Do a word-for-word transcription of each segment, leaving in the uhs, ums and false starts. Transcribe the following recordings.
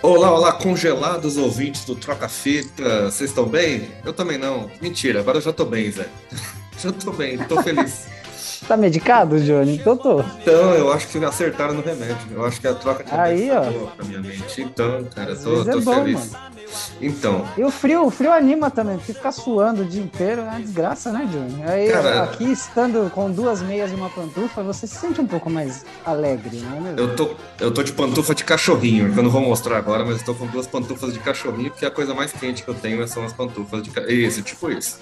Olá, olá, congelados ouvintes do Troca-Fita, vocês estão bem? Eu também não. Mentira, agora eu já tô bem, Zé. Já tô bem, tô feliz. Tá medicado, Johnny? Então tô. Então, eu acho que acertaram no remédio. Eu acho que a troca de remédio Aí, foi ó. boa pra minha mente. Então, cara, eu Às tô, vezes é tô bom, feliz. mano. Então, E o frio, o frio anima também, porque ficar suando o dia inteiro é uma desgraça, né, Johnny? Aí, cara, aqui, estando com duas meias e uma pantufa, você se sente um pouco mais alegre, não é eu mesmo? tô, eu tô de pantufa de cachorrinho, que eu não vou mostrar agora, mas eu tô com duas pantufas de cachorrinho, porque a coisa mais quente que eu tenho são as pantufas de cachorrinho. Isso, tipo isso.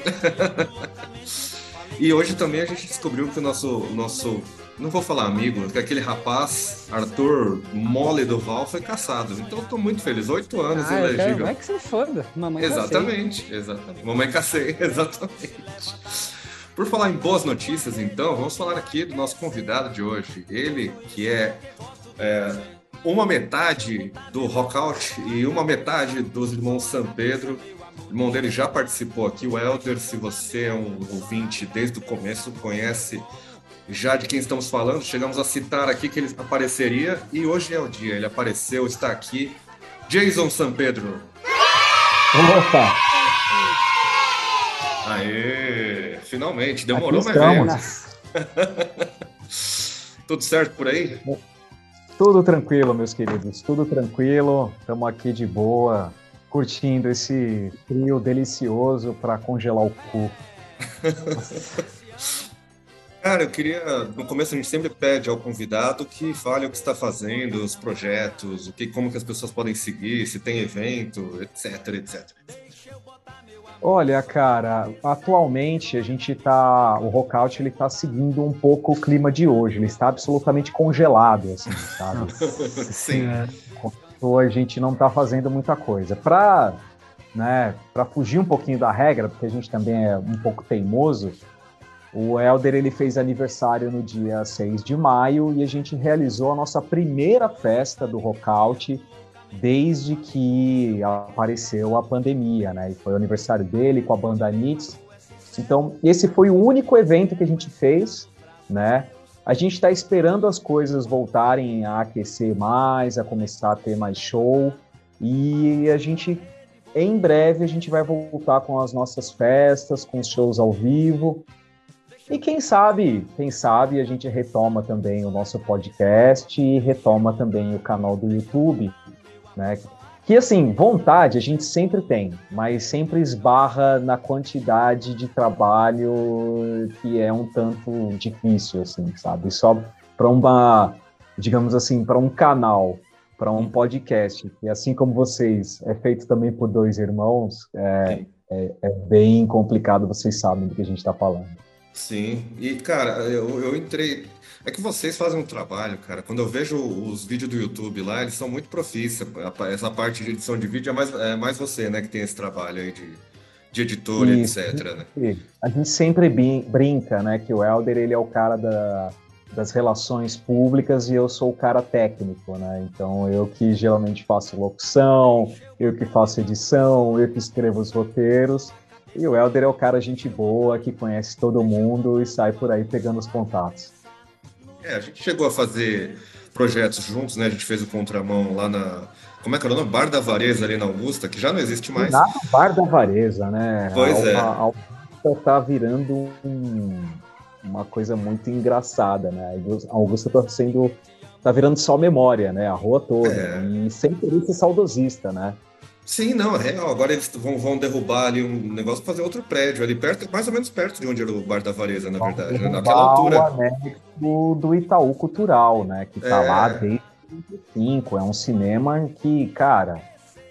E hoje também a gente descobriu que o nosso, nosso, não vou falar amigo, que aquele rapaz, Arthur Mole do Val, foi caçado. Então eu tô muito feliz. Oito anos Ah, eu quero elegível. mais que você foda. Mamãe cacei. Exatamente, exatamente. Mamãe cacei, exatamente. Por falar em boas notícias, então, vamos falar aqui do nosso convidado de hoje. Ele, que é, é uma metade do Rockout e uma metade dos irmãos San Pedro. O irmão dele já participou aqui, o Elder. Se você é um ouvinte desde o começo, conhece já de quem estamos falando. Chegamos a citar aqui que ele apareceria e hoje é o dia. Ele apareceu, está aqui. Jason San Pedro. Opa, Aê! Finalmente, aqui demorou, mas veio. estamos. Buenas. Tudo certo por aí? Tudo tranquilo, meus queridos, tudo tranquilo. Estamos aqui de boa, curtindo esse frio delicioso para congelar o cu. Cara, eu queria. No começo a gente sempre pede ao convidado que fale o que está fazendo, os projetos, o que, como que as pessoas podem seguir, se tem evento, etc, etcétera. Olha, cara, atualmente a gente tá, o Rockout ele tá seguindo um pouco o clima de hoje. Ele está absolutamente congelado, assim, sabe? Nossa Sim. senhora. Então a gente não está fazendo muita coisa. Para, né, para fugir um pouquinho da regra, porque a gente também é um pouco teimoso. O Elder ele fez aniversário no dia seis de maio e a gente realizou a nossa primeira festa do Rockout desde que apareceu a pandemia, né? E foi o aniversário dele com a banda Nits. Então, esse foi o único evento que a gente fez, né? A gente está esperando as coisas voltarem a aquecer mais, a começar a ter mais show. E a gente, em breve, a gente vai voltar com as nossas festas, com os shows ao vivo. E quem sabe, quem sabe a gente retoma também o nosso podcast e retoma também o canal do YouTube, né? Que assim, vontade a gente sempre tem, mas sempre esbarra na quantidade de trabalho que é um tanto difícil, assim, sabe? Só para uma, digamos assim, para um canal, para um podcast, que assim como vocês, é feito também por dois irmãos, é, Sim. é, é bem complicado, vocês sabem do que a gente está falando. Sim. E, cara, eu, eu entrei. É que vocês fazem um trabalho, cara. Quando eu vejo os vídeos do YouTube lá, eles são muito profícios. Essa parte de edição de vídeo é mais, é mais você, né, que tem esse trabalho aí de, de editor e E etc, né? a gente sempre brinca, né, que o Elder ele é o cara da, das relações públicas e eu sou o cara técnico, né? Então eu que geralmente faço locução, eu que faço edição, eu que escrevo os roteiros. E o Elder é o cara gente boa, que conhece todo mundo e sai por aí pegando os contatos. É, a gente chegou a fazer projetos juntos, né? A gente fez o Contramão lá na. Como é que era o nome? Bar da Vareza ali na Augusta, que já não existe E mais. nada Bar da Vareza, né? A, Pois a, é. a Augusta tá virando um, uma coisa muito engraçada, né? A Augusta tá sendo, tá virando só memória, né? A rua toda. É. E sem querer ser saudosista, né? Sim, não, é real. Agora eles vão, vão derrubar ali um negócio para fazer outro prédio ali perto, mais ou menos perto de onde era o Bar da Vareza, na Vão verdade, né? Naquela derrubar o altura. anexo do Itaú Cultural, né? Que tá lá É. desde oitenta e cinco. É um cinema que, cara,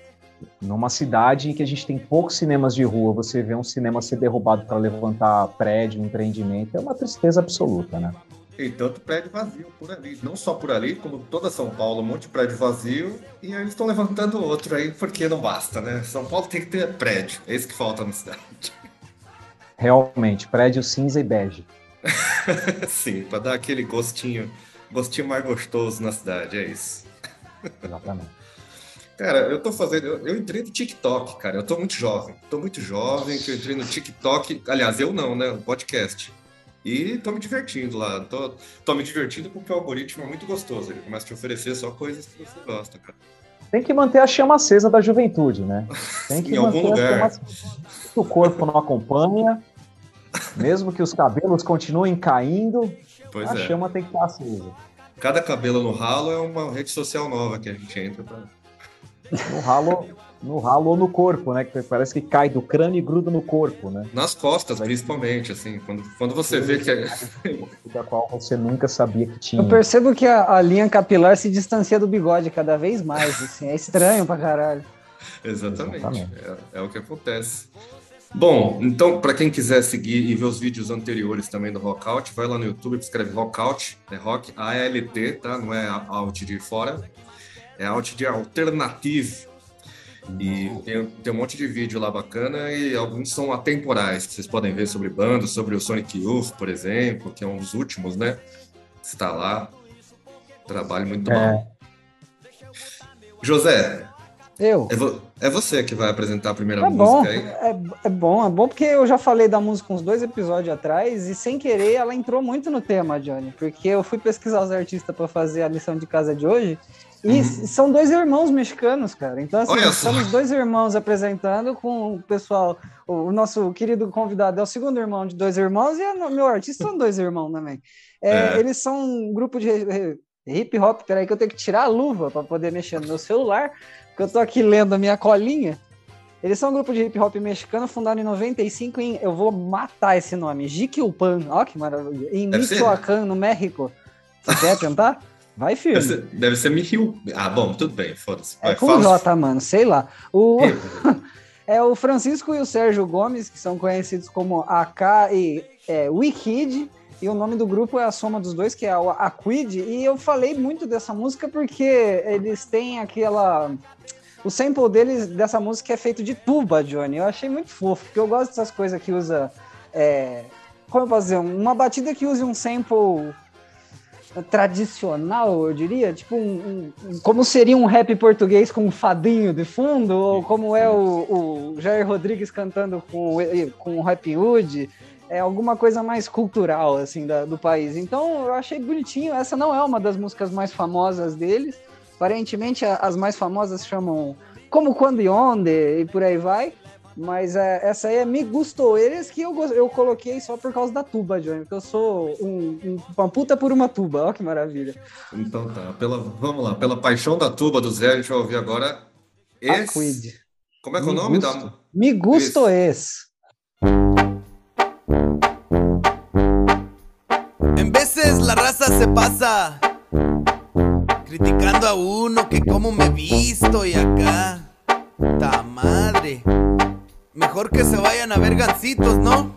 numa cidade em que a gente tem poucos cinemas de rua, você vê um cinema ser derrubado para levantar prédio, empreendimento, é uma tristeza absoluta, né? E tanto prédio vazio por ali. Não só por ali, como toda São Paulo, um monte de prédio vazio. E aí eles estão levantando outro aí, porque não basta, né? São Paulo tem que ter prédio. É isso que falta na cidade. Realmente, prédio cinza e bege. Sim, para dar aquele gostinho, gostinho mais gostoso na cidade, é isso. Exatamente. Cara, eu tô fazendo. Eu, eu entrei no TikTok, cara. Eu tô muito jovem. Tô muito jovem que eu entrei no TikTok. Aliás, eu não, né? Um podcast. E tô me divertindo lá. Tô, tô me divertindo porque o algoritmo é muito gostoso. Ele começa a te oferecer só coisas que você gosta, cara. Tem que manter a chama acesa da juventude, né? Tem que em manter algum a lugar. chama acesa. O corpo não acompanha, mesmo que os cabelos continuem caindo, Pois a é. chama tem que estar acesa. Cada cabelo no ralo é uma rede social nova que a gente entra pra... No ralo, no ralo ou no corpo, né? Que parece que cai do crânio e gruda no corpo, né? Nas costas, principalmente, assim. Quando, quando você vê que é... Da qual você nunca sabia que tinha. Eu percebo que a, a linha capilar se distancia do bigode cada vez mais, assim, é estranho pra caralho. Exatamente, Exatamente. É, é o que acontece. Bom, então, para quem quiser seguir e ver os vídeos anteriores também do Rockout, vai lá no YouTube, escreve Rockout, é Rock A L T, tá? Não é Out de fora, é Out de Alternative. E tem, tem um monte de vídeo lá bacana e alguns são atemporais, que vocês podem ver sobre bandas, sobre o Sonic Youth, por exemplo, que é um dos últimos, né? Está lá. Trabalho muito É. bom. José, Eu. é, vo- é você que vai apresentar a primeira É bom, música aí? é, é bom, é bom porque eu já falei da música uns dois episódios atrás e sem querer ela entrou muito no tema, Johnny, porque eu fui pesquisar os artistas para fazer a lição de casa de hoje e Uhum. são dois irmãos mexicanos, cara. Então, assim, Olha só. estamos dois irmãos apresentando com o pessoal. O, o nosso querido convidado é o segundo irmão de dois irmãos e o meu artista são dois irmãos também. É, É. Eles são um grupo de hip hop. Peraí, que eu tenho que tirar a luva para poder mexer no meu celular, porque eu tô aqui lendo a minha colinha. Eles são um grupo de hip hop mexicano fundado em noventa e cinco em, eu vou matar esse nome, Jiquilpan, ó que maravilha, em Deve ser. Michoacán, no México. Você quer tentar? Vai firme. Deve ser, deve ser Michiu. Ah, bom, tudo bem, foda-se. É Vai, com fala- J, mano, sei lá. O, é o Francisco e o Sérgio Gomes, que são conhecidos como A K e é, Wikid, e o nome do grupo é a soma dos dois, que é o Aquid, e eu falei muito dessa música porque eles têm aquela... O sample deles, dessa música, é feito de tuba, Johnny. Eu achei muito fofo, porque eu gosto dessas coisas que usa... É, como eu posso dizer? Uma batida que use um sample tradicional, eu diria. Tipo, um, um, como seria um rap português com um fadinho de fundo, ou como é o, o Jair Rodrigues cantando com, com o Rap Hood. É alguma coisa mais cultural, assim, da, do país. Então, eu achei bonitinho. Essa não é uma das músicas mais famosas deles. Aparentemente, a, as mais famosas chamam Como, Quando e Onde, e por aí vai. Mas é, essa aí é Me Gustou Eles, que eu, eu coloquei só por causa da tuba, Johnny. Porque eu sou um, um, uma puta por uma tuba. Ó que maravilha. Então tá, pela, vamos lá. Pela paixão da tuba do Zé, a gente vai ouvir agora esse... Aquid. Como é que é o Me nome gusto. da... Me Gusto Es. En veces la raza se pasa criticando a uno que cómo me visto y acá. Ta madre. Mejor que se vayan a ver gancitos, ¿no?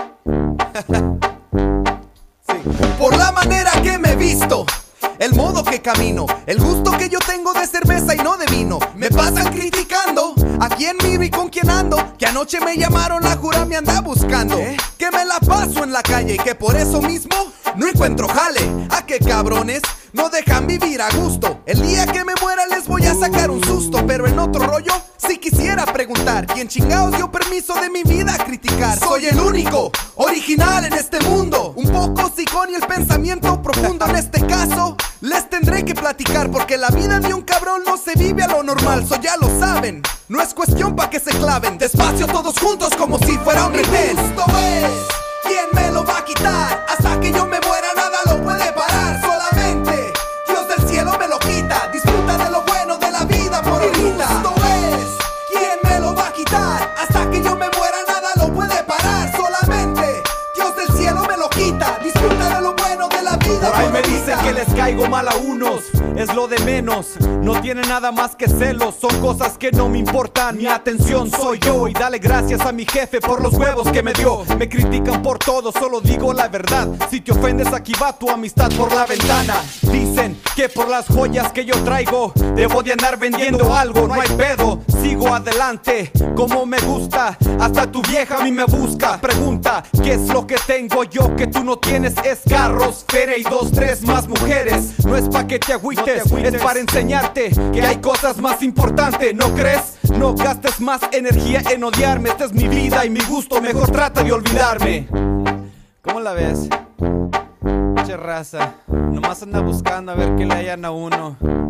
Sí. Por la manera que me visto, el modo que camino, el gusto que yo tengo de cerveza y no de vino. Me pasan criticando a quién miro y con quién ando, que anoche me llamaron, la jura me anda buscando, ¿eh? Que me la paso en la calle y que por eso mismo no encuentro jale. ¿A qué cabrones? No dejan vivir a gusto. El día que me muera les voy a sacar un susto. Pero en otro rollo, si quisiera preguntar ¿quién chingados dio permiso de mi vida a criticar? Soy el único, original en este mundo. Un poco sicón y el pensamiento profundo. En este caso, les tendré que platicar, porque la vida de un cabrón no se vive a lo normal. So ya lo saben, no es cuestión pa' que se claven. Despacio todos juntos como si fuera un ritmo. Esto es, ¿quién me lo va a quitar? Hasta que yo me muera nada lo puede parar. Solamente Dios del cielo me lo quita. Disfruta de lo bueno de la vida por ahorita. Esto es, ¿quién me lo va a quitar? Hasta que yo me muera nada lo puede parar. Solamente Dios del cielo me lo quita. Disfruta de lo bueno de la vida Por ahí por me ahorita. dicen que les caigo mal a unos, es lo de menos. No tiene nada más que celos, son cosas que no me importan. Mi atención soy yo y dale gracias a mi jefe por los huevos que me dio. Me critican por todo, solo digo la verdad. Si te ofendes aquí va tu amistad por la ventana. Dicen que por las joyas que yo traigo debo de andar vendiendo algo, no hay pedo. Sigo adelante como me gusta, hasta tu vieja a mí me busca. Pregunta, ¿qué es lo que tengo yo que tú no tienes? Es carros, feria y dos, tres más mujeres. No es pa' que te agüites, es para enseñarte que hay cosas más importantes, ¿no crees? No gastes más energía en odiarme, esta es mi vida y mi gusto, mejor trata de olvidarme. ¿Cómo la ves? Che raza, nomás anda buscando a ver qué le hayan a uno.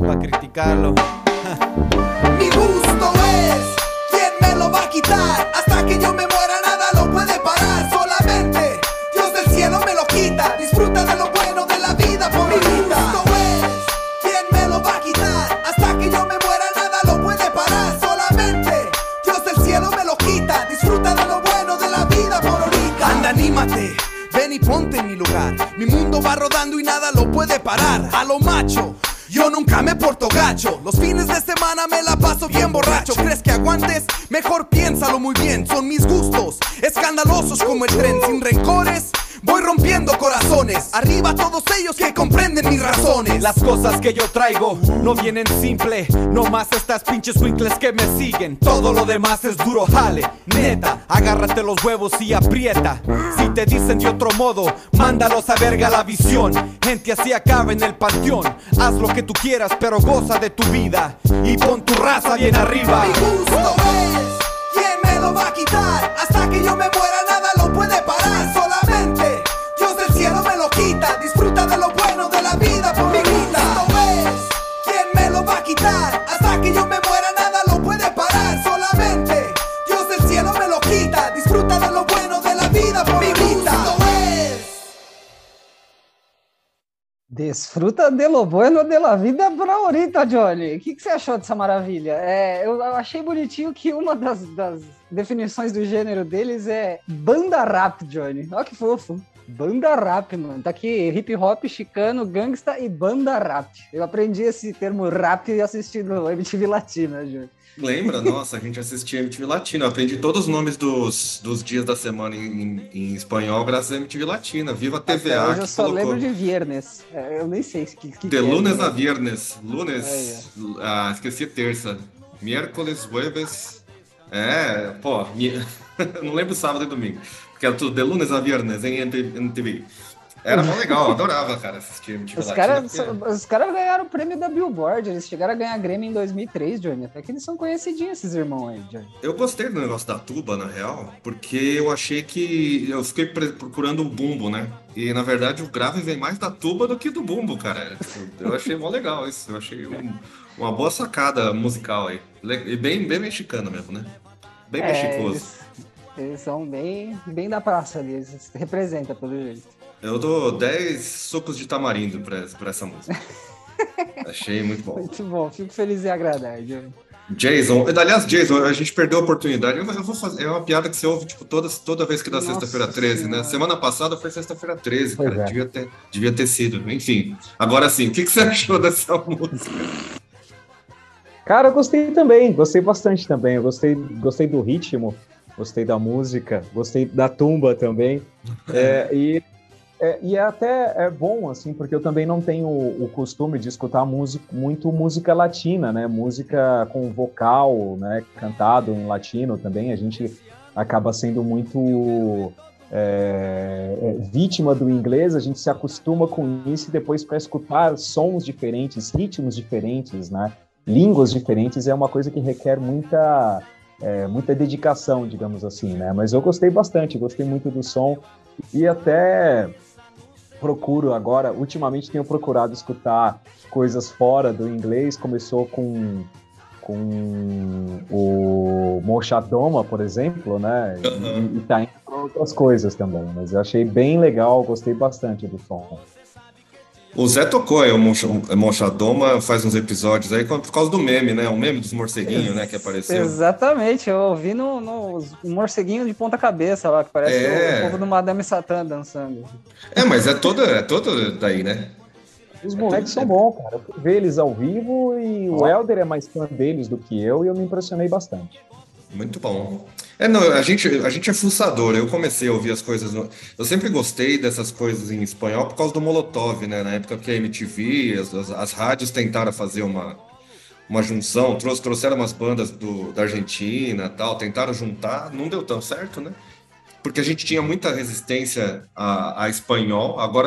para criticarlo. Mi gusto es, ¿quién me lo va a quitar? Hasta que yo me muera nada lo puede parar. Solamente Dios del cielo me lo quita. Disfruta de lo bueno de la vida por mi gusto es, ¿quién me lo va a quitar? Hasta que yo me muera nada lo puede parar. Solamente Dios del cielo me lo quita. Disfruta de lo bueno de la vida por ahorita. Anda, anímate, ven y ponte en mi lugar. Mi mundo va rodando y nada lo puede parar. A lo macho, yo nunca me porto gacho. Los fines de semana me la paso bien borracho. ¿Crees que aguantes? Mejor piénsalo muy bien. Son mis gustos, escandalosos como el tren. Sin rencores, voy rompiendo corazones. Arriba todos ellos que comprenden mis razones. Las cosas que yo traigo no vienen simple. No más estas pinches winkles que me siguen. Todo lo demás es duro jale. Neta, agárrate los huevos y aprieta. Si te dicen de otro modo, mándalos a verga la visión. Gente así acaba en el panteón. Haz lo que tú quieras pero goza de tu vida y pon tu raza bien arriba. Mi gusto es, ¿quién me lo va a quitar? Hasta que yo me muera nada lo puede parar. Solamente Dios del cielo me lo quita. Disfruta de lo bueno de la vida por mi gusto es, ¿quién me lo va a quitar? Hasta que yo me muera nada lo puede parar. Solamente Dios del cielo me lo quita. Disfruta de lo bueno de la vida por mi gusto es. Desfruta de lo bueno de la vida por ahorita, Johnny. O que, que você achou dessa maravilha? É, eu achei bonitinho que uma das, das definições do gênero deles é banda rap, Johnny. Olha que fofo. Banda rap, mano. Tá aqui hip hop, chicano, gangsta e banda rap. Eu aprendi esse termo rap assistindo M T V Latina, Johnny. Lembra? Nossa, a gente assistia M T V Latina. Eu aprendi todos os nomes dos, dos dias da semana em, em espanhol graças a M T V Latina. Viva a T V A. Até hoje eu só colocou... lembro de viernes. Eu nem sei o que, que De que lunes é, a viernes. Lunes. É, é. Ah, esqueci terça. Miércoles, jueves. É, pô, mi... não lembro sábado e domingo. Porque era tudo de lunes a viernes em M T V. Era mó legal, eu adorava, cara, assistir M T V Os Latina. caras Porque... os cara ganharam o prêmio da Billboard, eles chegaram a ganhar Grammy em dois mil e três, Johnny. Até que eles são conhecidinhos, esses irmãos aí, Johnny. Eu gostei do negócio da tuba, na real, porque eu achei que... Eu fiquei pre- procurando o bumbo, né? E, na verdade, o grave vem mais da tuba do que do bumbo, cara. Eu achei mó legal isso, eu achei um, uma boa sacada musical aí. E bem, bem mexicano mesmo, né? Bem É, mexicoso. eles, eles são bem, bem da praça ali, eles representam pelo jeito. Eu dou dez sucos de tamarindo pra, pra essa música. Achei muito bom. Muito bom, fico feliz em agradar, Johnny. Jason, aliás, Jason, a gente perdeu a oportunidade. Eu, eu vou fazer, é uma piada que você ouve tipo, toda, toda vez que dá Nossa sexta-feira treze, né? Senhora. Semana passada foi sexta-feira treze, Pois cara. é. Devia, ter, devia ter sido. Enfim, agora sim, o que, que você achou dessa música? Cara, eu gostei também, gostei bastante também. Eu gostei, gostei do ritmo, gostei da música, gostei da tumba também. É, e, é, e é até é bom, assim, porque eu também não tenho o, o costume de escutar música, muito música latina, né? Música com vocal, né? Cantado em latino também. A gente acaba sendo muito é, é, vítima do inglês, a gente se acostuma com isso e depois para escutar sons diferentes, ritmos diferentes, né? Línguas diferentes é uma coisa que requer muita, é, muita dedicação, digamos assim, né? Mas eu gostei bastante, gostei muito do som e até procuro agora, ultimamente tenho procurado escutar coisas fora do inglês. Começou com, com o Mochadoma, por exemplo, né? Uhum. E, e tá indo para outras coisas também, mas eu achei bem legal, gostei bastante do som. O Zé tocou aí, o Mochadoma faz uns episódios aí por causa do meme, né? O meme dos morceguinhos, né? Que apareceu. Exatamente, eu ouvi no, no um morceguinho de ponta cabeça lá, que parece É. o povo do Madame Satã dançando. É, mas é todo, é todo daí, né? Os moleques são bons, cara. Eu fui ver eles ao vivo e o Helder é mais fã deles do que eu e eu me impressionei bastante. Muito bom. É, não, a gente, a gente é fuçador. Eu comecei a ouvir as coisas. No... Eu sempre gostei dessas coisas em espanhol por causa do Molotov, né? Na época que a M T V, as, as, as rádios tentaram fazer uma, uma junção, trouxe, trouxeram umas bandas do, da Argentina tal, tentaram juntar, não deu tão certo, né? Porque a gente tinha muita resistência a, a espanhol. Agora,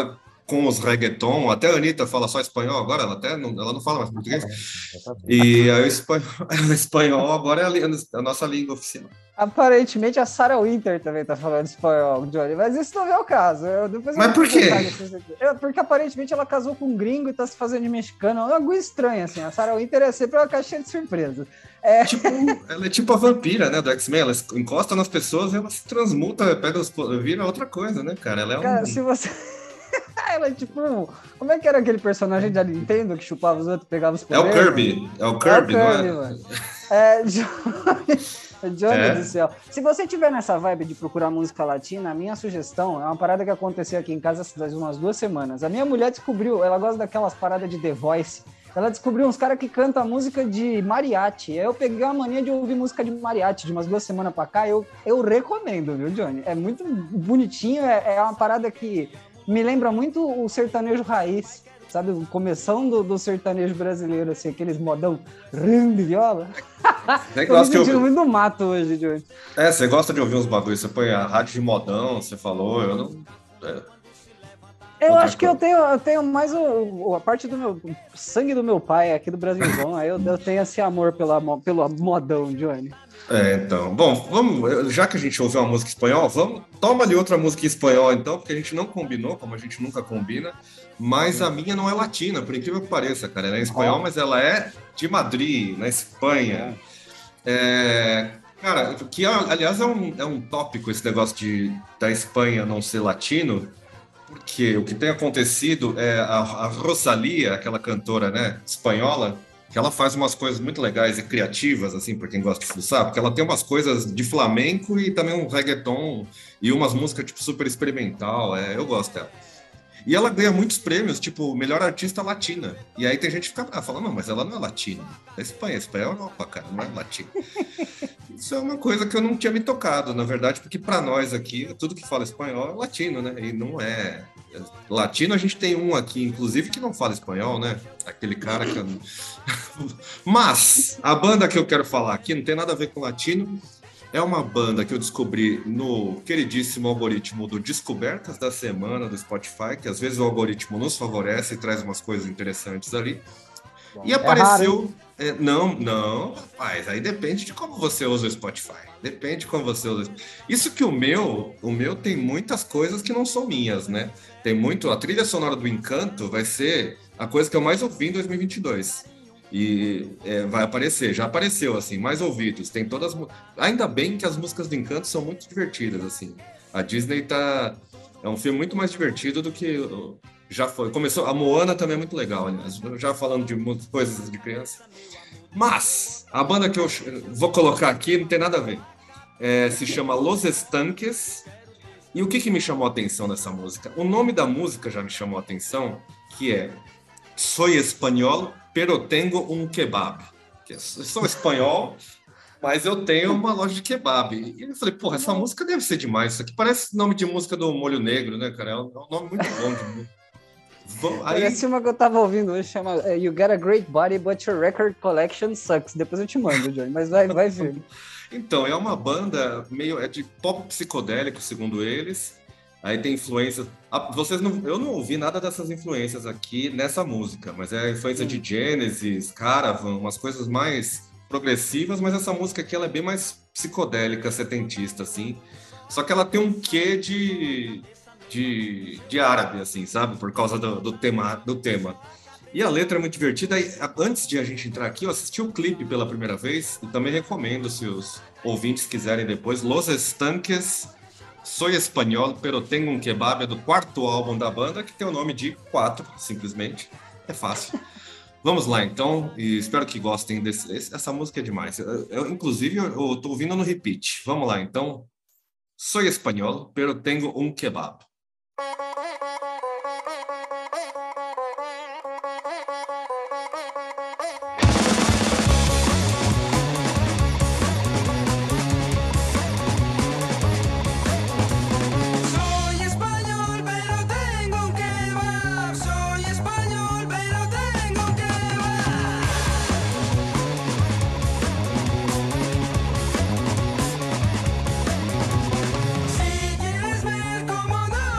com os reggaeton, até a Anitta fala só espanhol agora, ela até não, ela não fala mais português. E aí, o espanhol, o espanhol agora é a, a nossa língua oficial. Aparentemente a Sarah Winter também tá falando espanhol, Johnny, mas isso não é o caso. Eu, depois eu mas por quê? É porque aparentemente ela casou com um gringo e tá se fazendo de mexicano. É uma coisa estranha, assim. A Sarah Winter é sempre uma caixinha de surpresa. É... Tipo, ela é tipo a vampira, né, do X-Men. Ela encosta nas pessoas e ela se transmuta, pega os, vira outra coisa, né, cara? Ela é um... Cara, se você... ela é tipo... Como é que era aquele personagem da Nintendo que chupava os outros e pegava os poderes? É o Kirby. É o Kirby, é o Kirby, não é? Mano. É, Johnny... Johnny é. do céu. Se você tiver nessa vibe de procurar música latina, a minha sugestão é uma parada que aconteceu aqui em casa faz umas duas semanas. A minha mulher descobriu, ela gosta daquelas paradas de The Voice. Ela descobriu uns caras que cantam música de mariachi. Aí eu peguei uma mania de ouvir música de mariachi de umas duas semanas pra cá. Eu, eu recomendo, viu, Johnny? É muito bonitinho, é, é uma parada que me lembra muito o sertanejo raiz. Sabe, o começão do, do sertanejo brasileiro, assim, aqueles modão rim de viola. Você Tô me sentindo ouvir... muito no mato hoje, Johnny. É, você gosta de ouvir uns bagulhos, você põe a rádio de modão, você falou, eu não... É. Eu Outra acho que eu tenho, eu tenho mais o, a parte do meu o sangue do meu pai aqui do Brasilzão, aí eu, eu tenho esse amor pela, pelo modão, Johnny. É, então. Bom, vamos, já que a gente ouviu uma música espanhola, vamos, toma ali outra música espanhola, então, porque a gente não combinou, como a gente nunca combina, mas a minha não é latina, por incrível que pareça, cara. Ela é em espanhol, mas ela é de Madrid, na Espanha. É, cara, que aliás é um, é um tópico esse negócio de, da Espanha não ser latino, porque o que tem acontecido é a, a Rosalía, aquela cantora, né, espanhola, que ela faz umas coisas muito legais e criativas, assim, para quem gosta de fuçar, porque ela tem umas coisas de flamenco e também um reggaeton e umas músicas, tipo, super experimental, é, eu gosto dela. E ela ganha muitos prêmios, tipo, melhor artista latina. E aí tem gente que fica ah, falando, não, mas ela não é latina. É Espanha, Espanha é Europa, cara, não é latina. Isso é uma coisa que eu não tinha me tocado, na verdade, porque para nós aqui, tudo que fala espanhol é latino, né? E não é... Latino a gente tem um aqui, inclusive, que não fala espanhol, né? Aquele cara que... Mas, a banda que eu quero falar aqui não tem nada a ver com latino. É uma banda que eu descobri no queridíssimo algoritmo do Descobertas da Semana do Spotify, que às vezes o algoritmo nos favorece e traz umas coisas interessantes ali. Bom, e apareceu... É raro, é, não, não, rapaz, aí depende de como você usa o Spotify. Depende de como você usa. Isso que o meu, o meu tem muitas coisas que não são minhas, né? Tem muito... A trilha sonora do Encanto vai ser a coisa que eu mais ouvi em dois mil e vinte e dois. E é, vai aparecer, já apareceu, assim, mais ouvidos, tem todas... Ainda bem que as músicas do Encanto são muito divertidas, assim. A Disney tá... É um filme muito mais divertido do que... Já foi. Começou... A Moana também é muito legal, aliás. Já falando de muitas coisas de criança. Mas, a banda que eu vou colocar aqui não tem nada a ver. É, se chama Los Estanques. E o que, que me chamou a atenção nessa música? O nome da música já me chamou a atenção, que é Soy Espanhol, pero tengo um kebab. Eu sou espanhol, mas eu tenho uma loja de kebab. E eu falei, porra, essa música deve ser demais. Isso aqui parece nome de música do Molho Negro, né, cara? É um nome muito bom de música. Aí... Esse uma que eu tava ouvindo hoje chama You Got a Great Body, but your record collection sucks. Depois eu te mando, Johnny, mas vai, vai ver. Então, é uma banda meio... É de pop psicodélico, segundo eles. Aí tem influências... Ah, vocês não, eu não ouvi nada dessas influências aqui nessa música, mas é a influência de Genesis, Caravan, umas coisas mais progressivas, mas essa música aqui ela é bem mais psicodélica, setentista, assim. Só que ela tem um quê de... De, de árabe, assim, sabe? Por causa do, do, tema, do tema. E a letra é muito divertida. E, antes de a gente entrar aqui, eu assisti o clipe pela primeira vez e também recomendo, se os ouvintes quiserem depois, Los Estanques, Soy Espanhol, pero tengo um kebab, é do quarto álbum da banda, que tem o nome de quatro, simplesmente. É fácil. Vamos lá, então, e espero que gostem desse... Essa música é demais. Eu, eu, inclusive, eu, eu tô ouvindo no repeat. Vamos lá, então. Soy Espanhol, pero tengo um kebab. Si quieres ver cómo da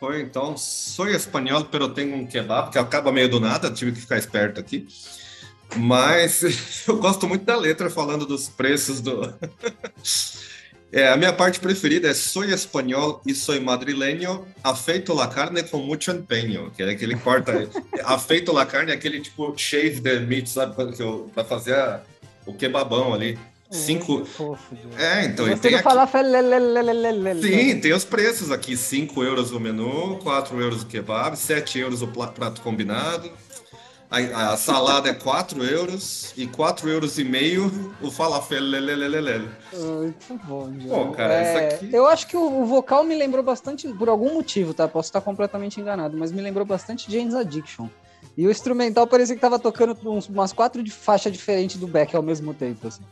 Foi, então, sou espanhol, pero tenho um kebab, que acaba meio do nada, tive que ficar esperto aqui. Mas eu gosto muito da letra falando dos preços do... É, a minha parte preferida é soy espanhol e soy madrileño, afeito la carne com mucho empeño, que é aquele corta... afeito la carne é aquele tipo shave the meat, sabe? Para fazer a, o kebabão ali. Cinco... Fofo, é, então... Você e tem não aqui... falar... Fel... Sim, tem os preços aqui. cinco euros o menu, quatro euros o kebab, sete euros o prato combinado. A, a salada é quatro euros e quatro euros e meio o falafel. Lelelelele. Muito bom, Pô, cara, é, isso aqui... Eu acho que o, o vocal me lembrou bastante, por algum motivo, tá? Posso estar completamente enganado, mas me lembrou bastante Jane's Addiction. E o instrumental parecia que tava tocando uns, umas quatro de faixa diferentes do Beck ao mesmo tempo, assim.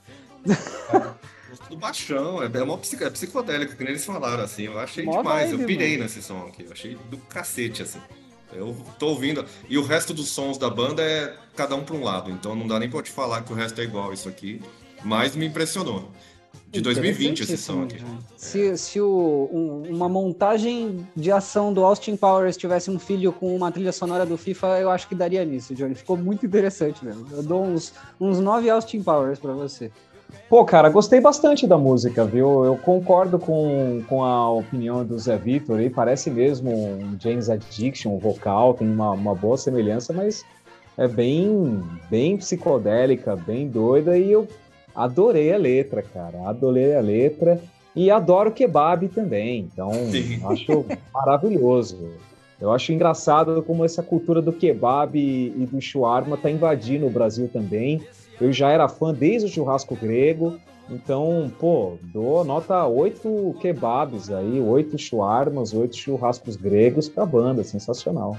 Do baixão, é, uma psico, é psicodélico, que nem eles falaram, assim. Eu achei Mó demais, vibe, eu pirei mano. nesse som aqui. Eu achei do cacete, assim. Eu tô ouvindo. E o resto dos sons da banda é cada um para um lado. Então não dá nem pra eu te falar que o resto é igual isso aqui. Mas me impressionou. De dois mil e vinte esse som aqui. Se, se o, um, uma montagem de ação do Austin Powers tivesse um filho com uma trilha sonora do FIFA, eu acho que daria nisso, Johnny. Ficou muito interessante mesmo. Eu dou uns, uns nove Austin Powers pra você. Pô, cara, gostei bastante da música, viu? Eu concordo com, com a opinião do Zé Vitor aí, parece mesmo um Jane's Addiction, um vocal, tem uma, uma boa semelhança, mas é bem, bem psicodélica, bem doida, e eu adorei a letra, cara, adorei a letra, e adoro kebab também, então Sim. Acho maravilhoso. Eu acho engraçado como essa cultura do kebab e, e do shawarma tá invadindo o Brasil também. Eu já era fã desde o churrasco grego, então, pô, dou nota oito kebabs aí, oito shawarmas, oito churrascos gregos pra banda, sensacional.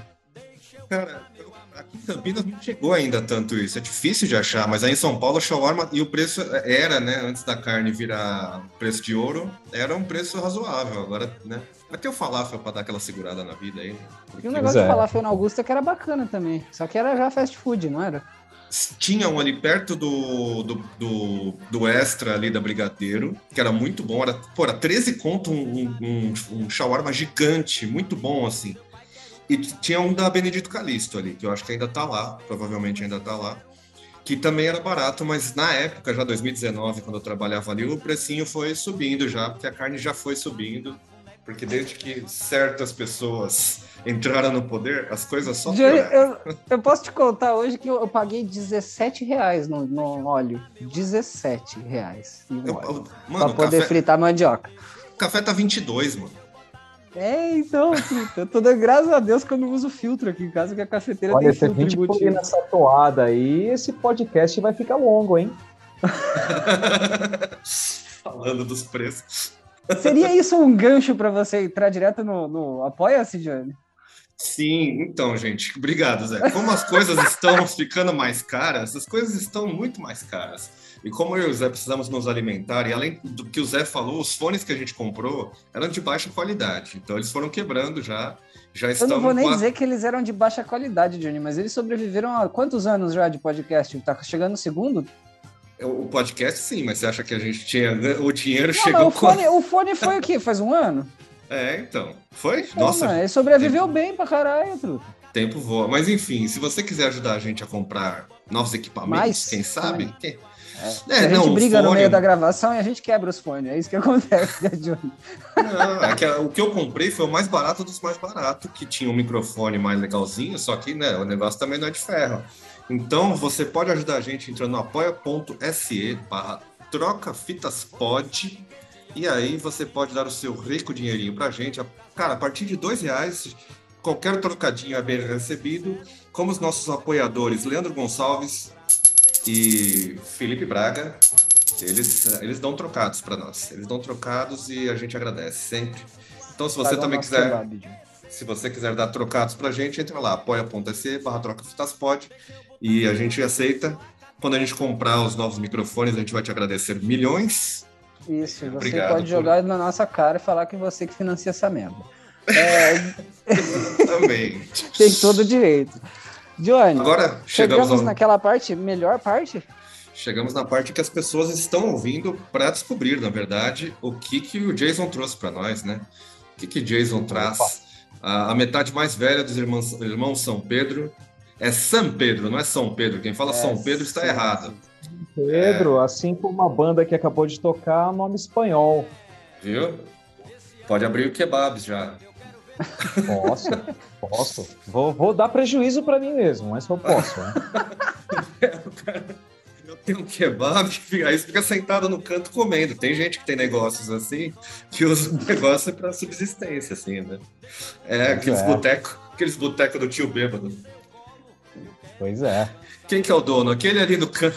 Cara, eu, aqui em Campinas não chegou ainda tanto isso, é difícil de achar, mas aí em São Paulo, shawarma, e o preço era, né, antes da carne virar preço de ouro, era um preço razoável, agora, né, vai ter o falafel pra dar aquela segurada na vida aí. E o negócio de falafel na Augusta que era bacana também, só que era já fast food, não era? Tinha um ali perto do, do, do, do Extra ali da Brigadeiro, que era muito bom. Era, pô, era treze conto um, um, um shawarma gigante, muito bom, assim. E tinha um da Benedito Calixto ali, que eu acho que ainda tá lá, provavelmente ainda tá lá, que também era barato, mas na época, já dois mil e dezenove, quando eu trabalhava ali, o precinho foi subindo já, porque a carne já foi subindo, porque desde que certas pessoas entraram no poder, as coisas só eu, eu posso te contar hoje que eu, eu paguei dezessete reais no, no óleo. dezessete reais no eu, óleo. mano, pra poder café, fritar mandioca. O café tá vinte e dois, mano. É, então, eu tô dando graças a Deus que eu não uso filtro aqui em casa, que a cafeteira Olha, tem filtro vinte embutido. Nessa toada aí, esse podcast vai ficar longo, hein? Falando dos preços. Seria isso um gancho para você entrar direto no, no Apoia-se, Johnny? Sim, então, gente, obrigado, Zé. Como as coisas estão ficando mais caras, as coisas estão muito mais caras. E como eu e o Zé precisamos nos alimentar, e além do que o Zé falou, os fones que a gente comprou eram de baixa qualidade. Então eles foram quebrando já, já estão... Eu não vou nem quase... dizer que eles eram de baixa qualidade, Johnny, mas eles sobreviveram há quantos anos já de podcast? Tá chegando no segundo? O podcast, sim, mas você acha que a gente tinha... O dinheiro não, chegou... O fone, o fone foi o quê? Faz um ano? É, então. Foi? Foi, Nossa. Mano, ele sobreviveu tempo... bem pra caralho, truta. Tempo voa. Mas enfim, se você quiser ajudar a gente a comprar novos equipamentos, mais, quem sabe... Quem... É, é, a gente não, briga fone... no meio da gravação e a gente quebra os fones. É isso que acontece, né, Johnny? Não, é que o que eu comprei foi o mais barato dos mais baratos, que tinha um microfone mais legalzinho, só que né, o negócio também não é de ferro. Então, você pode ajudar a gente entrando no apoia.se barra trocafitaspod e aí você pode dar o seu rico dinheirinho pra gente. Cara, a partir de dois reais, qualquer trocadinho é bem recebido, como os nossos apoiadores Leandro Gonçalves e Felipe Braga, eles, eles dão trocados para nós. Eles dão trocados e a gente agradece sempre. Então, se você também quiser... Kebab, se você quiser dar trocados pra gente, entra lá, apoia.se barra trocafitaspod e a gente aceita. Quando a gente comprar os novos microfones, a gente vai te agradecer milhões. Isso, você Obrigado pode por... jogar na nossa cara e falar que você que financia essa merda. É... Também. Tem todo o direito. Johnny, agora chegamos, chegamos ao... naquela parte, melhor parte? Chegamos na parte que as pessoas estão ouvindo para descobrir, na verdade, o que, que o Jason trouxe para nós, né? O que, que Jason traz A, a metade mais velha dos irmãos, irmãos São Pedro é São Pedro, não é São Pedro. Quem fala é, São Pedro está sim, errado. Pedro, é... assim como uma banda que acabou de tocar, nome espanhol. Viu? Pode abrir o kebabs já. Posso, posso. Vou, vou dar prejuízo para mim mesmo, mas eu posso. Né? Eu tenho um kebab, aí você fica sentado no canto comendo. Tem gente que tem negócios assim, que usa o negócio para subsistência, assim, né? É, aqueles é. botecos aqueles boteco do tio bêbado. Pois é. Quem que é o dono? Aquele ali no canto.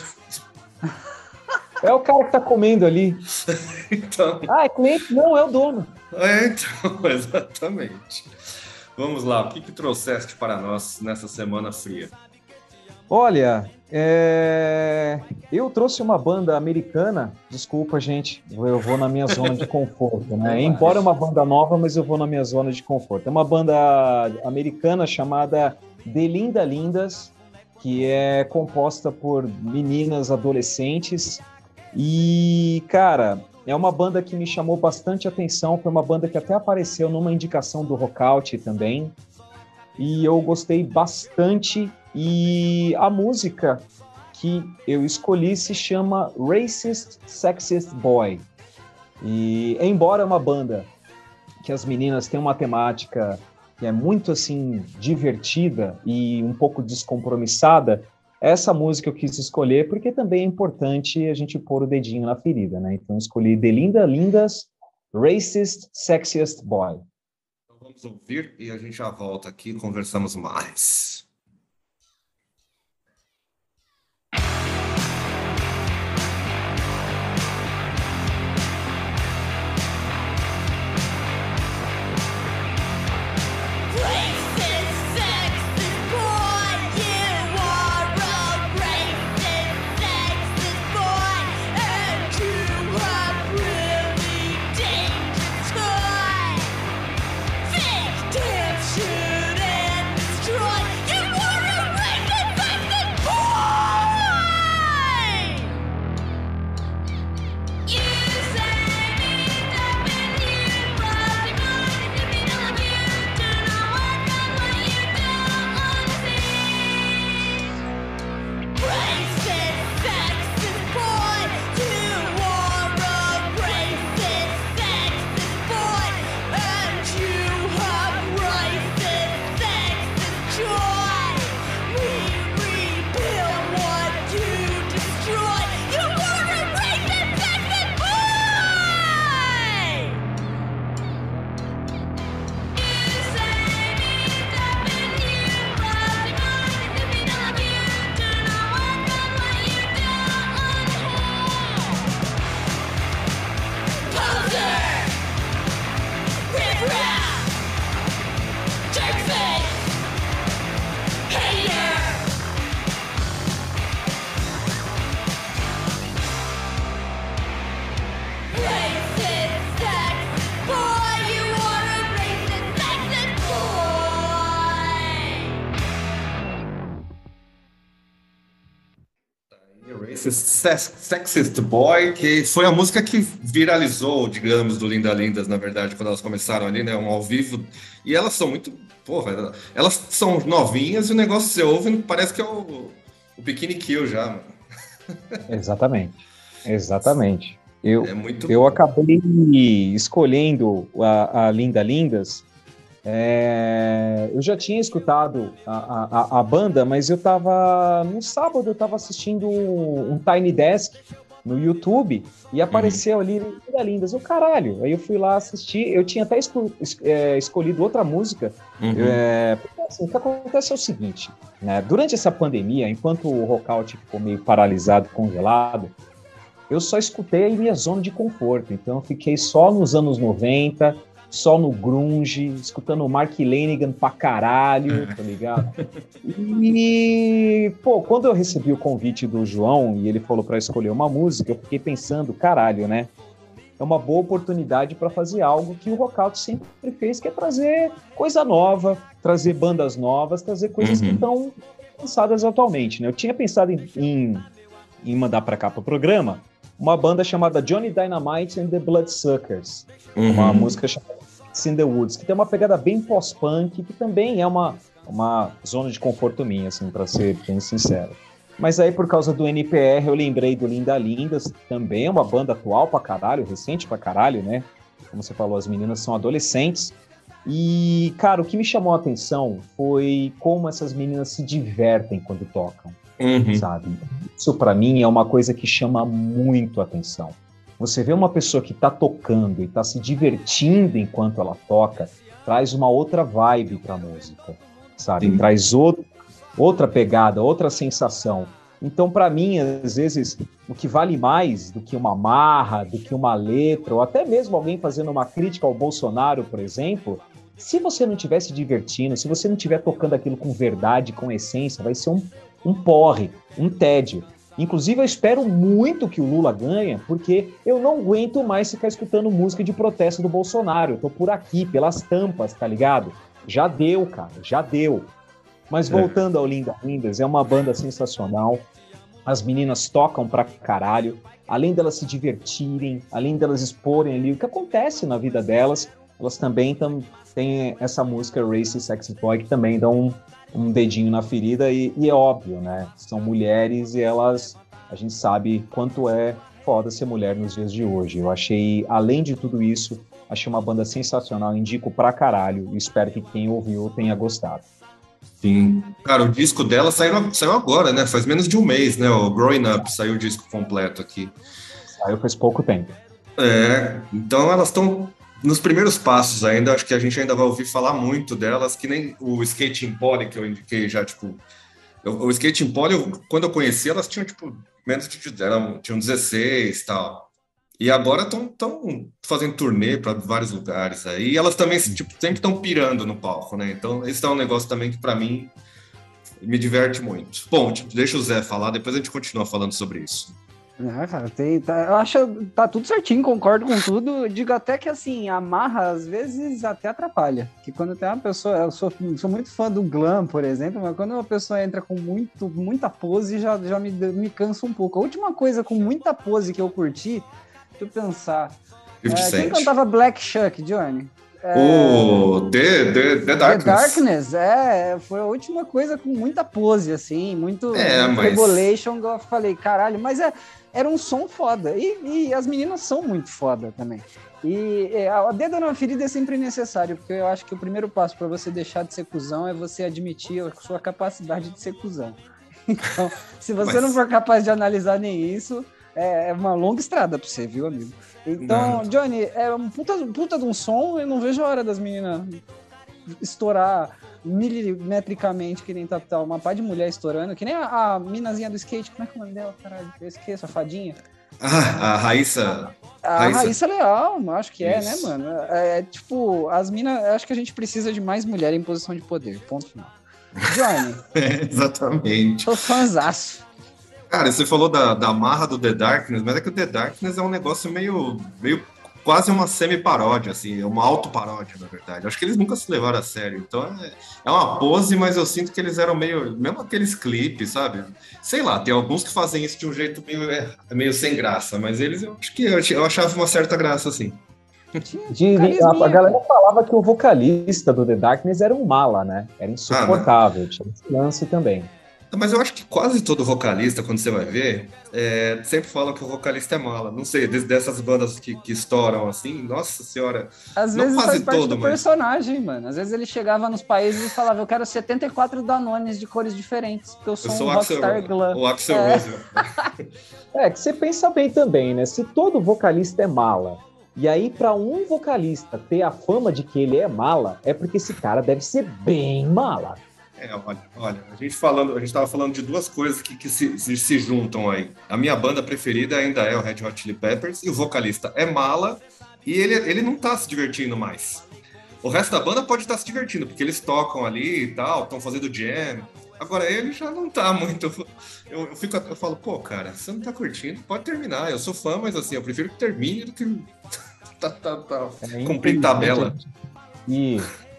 É o cara que tá comendo ali. Então... Ah, é cliente? Não, é o dono. É, então, exatamente. Vamos lá, o que, que trouxeste para nós nessa semana fria? Olha, é... eu trouxe uma banda americana. Desculpa, gente, eu vou na minha zona de conforto, né? Embora é uma banda nova, mas eu vou na minha zona de conforto. É uma banda americana chamada The Linda Lindas, que é composta por meninas adolescentes. E, cara, é uma banda que me chamou bastante atenção. Foi uma banda que até apareceu numa indicação do Rockout também. E eu gostei bastante. E a música que eu escolhi se chama Racist Sexist Boy. E, embora é uma banda que as meninas têm uma temática que é muito, assim, divertida e um pouco descompromissada, essa música eu quis escolher porque também é importante a gente pôr o dedinho na ferida, né? Então, eu escolhi The Linda Lindas, Racist Sexiest Boy. Então, vamos ouvir e a gente já volta aqui e conversamos mais. Sexist Boy, que foi a música que viralizou, digamos, do Linda Lindas, na verdade, quando elas começaram ali, né, um ao vivo, e elas são muito, porra, elas são novinhas e o negócio que você ouve parece que é o, o Bikini Kill já, mano. Exatamente, exatamente. Eu, é muito eu bom. Acabei escolhendo a, a Linda Lindas. É, eu já tinha escutado a, a, a banda, mas eu tava no sábado eu estava assistindo um Tiny Desk no YouTube e apareceu uhum. ali Linda Lindas, o caralho. Aí eu fui lá assistir, eu tinha até esco, es, é, escolhido outra música. Uhum. É, porque, assim, o que acontece é o seguinte, né? Durante essa pandemia, enquanto o Rockout ficou meio paralisado, congelado, eu só escutei a minha zona de conforto. Então eu fiquei só nos anos noventa, só no grunge, escutando o Mark Lanegan pra caralho, tá ligado? E, pô, quando eu recebi o convite do João e ele falou pra escolher uma música, eu fiquei pensando, caralho, né? É uma boa oportunidade para fazer algo que o Rockout sempre fez, que é trazer coisa nova, trazer bandas novas, trazer coisas uhum. que estão lançadas atualmente, né? Eu tinha pensado em, em, em mandar pra cá pro programa uma banda chamada Johnny Dynamite and the Bloodsuckers, uhum. uma música chamada Cabins in the Woods, que tem uma pegada bem pós-punk, que também é uma, uma zona de conforto minha, assim, para ser bem sincero. Mas aí, por causa do N P R, eu lembrei do Linda Lindas, também é uma banda atual pra caralho, recente pra caralho, né? Como você falou, as meninas são adolescentes. E, cara, o que me chamou a atenção foi como essas meninas se divertem quando tocam, uhum. sabe? Isso, pra mim, é uma coisa que chama muito a atenção. Você vê uma pessoa que tá tocando e tá se divertindo enquanto ela toca, traz uma outra vibe pra música, sabe? Sim. Traz outro, outra pegada, outra sensação. Então, para mim, às vezes, o que vale mais do que uma marra, do que uma letra, ou até mesmo alguém fazendo uma crítica ao Bolsonaro, por exemplo, se você não estiver se divertindo, se você não estiver tocando aquilo com verdade, com essência, vai ser um, um porre, um tédio. Inclusive, eu espero muito que o Lula ganhe, porque eu não aguento mais ficar escutando música de protesto do Bolsonaro. Eu tô por aqui, pelas tampas, tá ligado? Já deu, cara, já deu. Mas voltando ao Linda Lindas, é uma banda sensacional. As meninas tocam pra caralho. Além delas se divertirem, além delas exporem ali o que acontece na vida delas, elas também tam, têm essa música Race Sexy Boy, que também dão um, um dedinho na ferida. E, e é óbvio, né? São mulheres e elas... A gente sabe quanto é foda ser mulher nos dias de hoje. Eu achei, além de tudo isso, achei uma banda sensacional. Indico pra caralho. E espero que quem ouviu tenha gostado. Sim. Cara, o disco dela saiu, saiu agora, né? Faz menos de um mês, né? O Growing Up saiu o disco completo aqui. Saiu faz pouco tempo. É, então elas estão nos primeiros passos ainda. Acho que a gente ainda vai ouvir falar muito delas, que nem o Skating Polly, que eu indiquei já, tipo... Eu, o Skating Polly, eu, quando eu conheci, elas tinham, tipo, menos de... Eram, tinham dezesseis e tal. E agora estão fazendo turnê para vários lugares aí. E elas também tipo, sempre estão pirando no palco, né? Então, esse é um negócio também que, para mim, me diverte muito. Bom, tipo, deixa o Zé falar, depois a gente continua falando sobre isso. Ah, cara, tem, tá, eu acho que tá tudo certinho, concordo com tudo. Digo até que, assim, a marra, às vezes, até atrapalha. Que quando tem uma pessoa... Eu sou, sou muito fã do glam, por exemplo, mas quando uma pessoa entra com muito, muita pose, já, já me, me cansa um pouco. A última coisa com muita pose que eu curti... Deixa eu pensar. É, quem cantava Black Shuck, Johnny? É, o The, The, The Darkness. The Darkness, é. Foi a última coisa com muita pose, assim. Muito, é, muito mas... Revelation. Eu falei, caralho. Mas é, era um som foda. E, e as meninas são muito foda também. E é, a dedo na ferida é sempre necessário. Porque eu acho que o primeiro passo para você deixar de ser cuzão é você admitir a sua capacidade de ser cuzão. Então, se você mas... não for capaz de analisar nem isso... É uma longa estrada pra você, viu, amigo? Então, não. Johnny, é um puta, puta de um som, eu não vejo a hora das meninas estourar milimetricamente, que nem tá, tá uma pá de mulher estourando, que nem a, a minazinha do skate, como é que é o nome dela, caralho? Eu esqueço, a fadinha. Ah, a Raíssa... A Raíssa, Raíssa Leal, acho que é, Isso. né, mano? É, é tipo, as minas, acho que a gente precisa de mais mulher em posição de poder, ponto final. Johnny. É, exatamente. Tô fãzaço. Cara, você falou da, da marra do The Darkness, mas é que o The Darkness é um negócio meio, meio quase uma semi-paródia, assim, é uma auto-paródia, na verdade. Acho que eles nunca se levaram a sério. Então é, é uma pose, mas eu sinto que eles eram meio, mesmo aqueles clipes, sabe? Sei lá, tem alguns que fazem isso de um jeito meio, é, meio sem graça, mas eles, eu acho que eu, eu achava uma certa graça, assim. De, a, a galera falava que o vocalista do The Darkness era um mala, né? Era insuportável, ah, tinha esse lance também. Mas eu acho que quase todo vocalista, quando você vai ver, é, sempre fala que o vocalista é mala. Não sei, dessas bandas que, que estouram assim, nossa senhora. Às vezes faz parte todo, do mas... personagem, mano. Às vezes ele chegava nos países e falava, eu quero setenta e quatro Danones de cores diferentes, porque eu sou eu sou um rockstar glam. O Axel é. Rose. É, que você pensa bem também, né? Se todo vocalista é mala, e aí para um vocalista ter a fama de que ele é mala, é porque esse cara deve ser bem mala. É, olha, olha, a gente falando, a gente estava falando de duas coisas que, que se, se, se juntam aí. A minha banda preferida ainda é o Red Hot Chili Peppers, e o vocalista é mala, e ele, ele não tá se divertindo mais. O resto da banda pode estar se divertindo, porque eles tocam ali e tal, estão fazendo jam. Agora ele já não tá muito... Eu, eu, fico, eu falo, pô, cara, você não tá curtindo, pode terminar. Eu sou fã, mas assim, eu prefiro que termine do que tá, tá, tá, é cumprir tabela. E...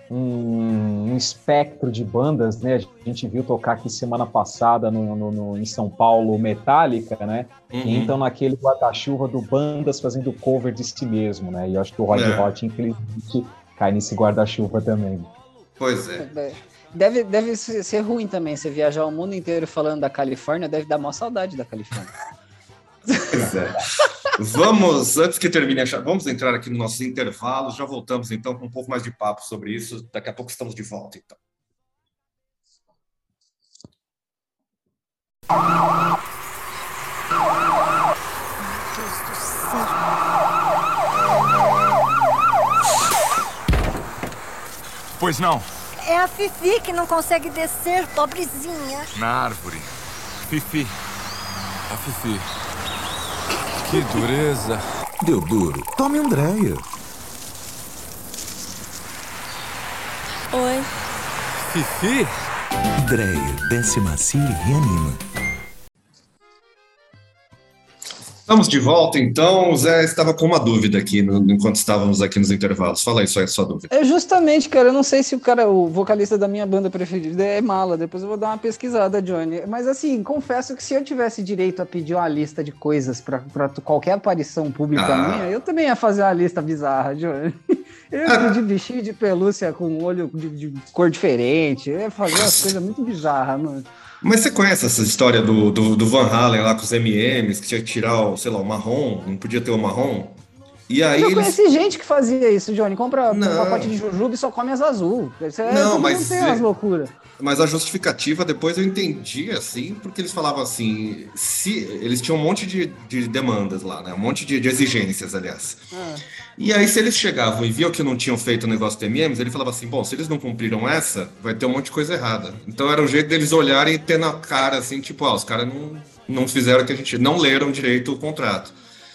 Um, um espectro de bandas, né? A gente viu tocar aqui semana passada no, no, no, em São Paulo, Metallica, né? Uhum. E então naquele guarda-chuva do bandas fazendo cover de si mesmo, né? E eu acho que o Red é. Hot, infelizmente, cai nesse guarda-chuva também. Pois é. Deve, deve ser ruim também, você viajar o mundo inteiro falando da Califórnia, deve dar maior saudade da Califórnia. Pois é. Vamos, antes que termine a chave, vamos entrar aqui nos nossos intervalos, já voltamos então com um pouco mais de papo sobre isso, daqui a pouco estamos de volta então. Pois não. É a Fifi que não consegue descer, pobrezinha. Na árvore. Fifi. A Fifi. Que dureza. Deu duro. Tome um Dreyer. Oi. Fifi? Dreyer, desce macio e reanima. Estamos de volta, então. O Zé estava com uma dúvida aqui no, enquanto estávamos aqui nos intervalos. Fala aí, só é a sua dúvida. É justamente, cara, eu não sei se o cara, o vocalista da minha banda preferida é Mala, depois eu vou dar uma pesquisada, Johnny. Mas assim, confesso que se eu tivesse direito a pedir uma lista de coisas pra, pra qualquer aparição pública Ah. minha, eu também ia fazer uma lista bizarra, Johnny. Eu ia pedir bichinho de pelúcia com olho de, de cor diferente, eu ia fazer umas coisas muito bizarras, mano. Mas você conhece essa história do, do, do Van Halen lá com os M e M's, que tinha que tirar, o, sei lá, o marrom, não podia ter o marrom? E aí Eu eles... conheci gente que fazia isso, Johnny. Compra Não. um pacote de jujuba e só come as azul. Isso é, Não, todo mas mundo tem é- umas loucuras. Mas a justificativa depois eu entendi, assim, porque eles falavam assim, se eles tinham um monte de, de demandas lá, né? Um monte de, de exigências, aliás. Ah. E aí, se eles chegavam e viam que não tinham feito o negócio do M e M's, ele falava assim, bom, se eles não cumpriram essa, vai ter um monte de coisa errada. Então era um jeito deles olharem e ter na cara, assim, tipo, ah, os caras não, não fizeram o que a gente... Não leram direito o contrato.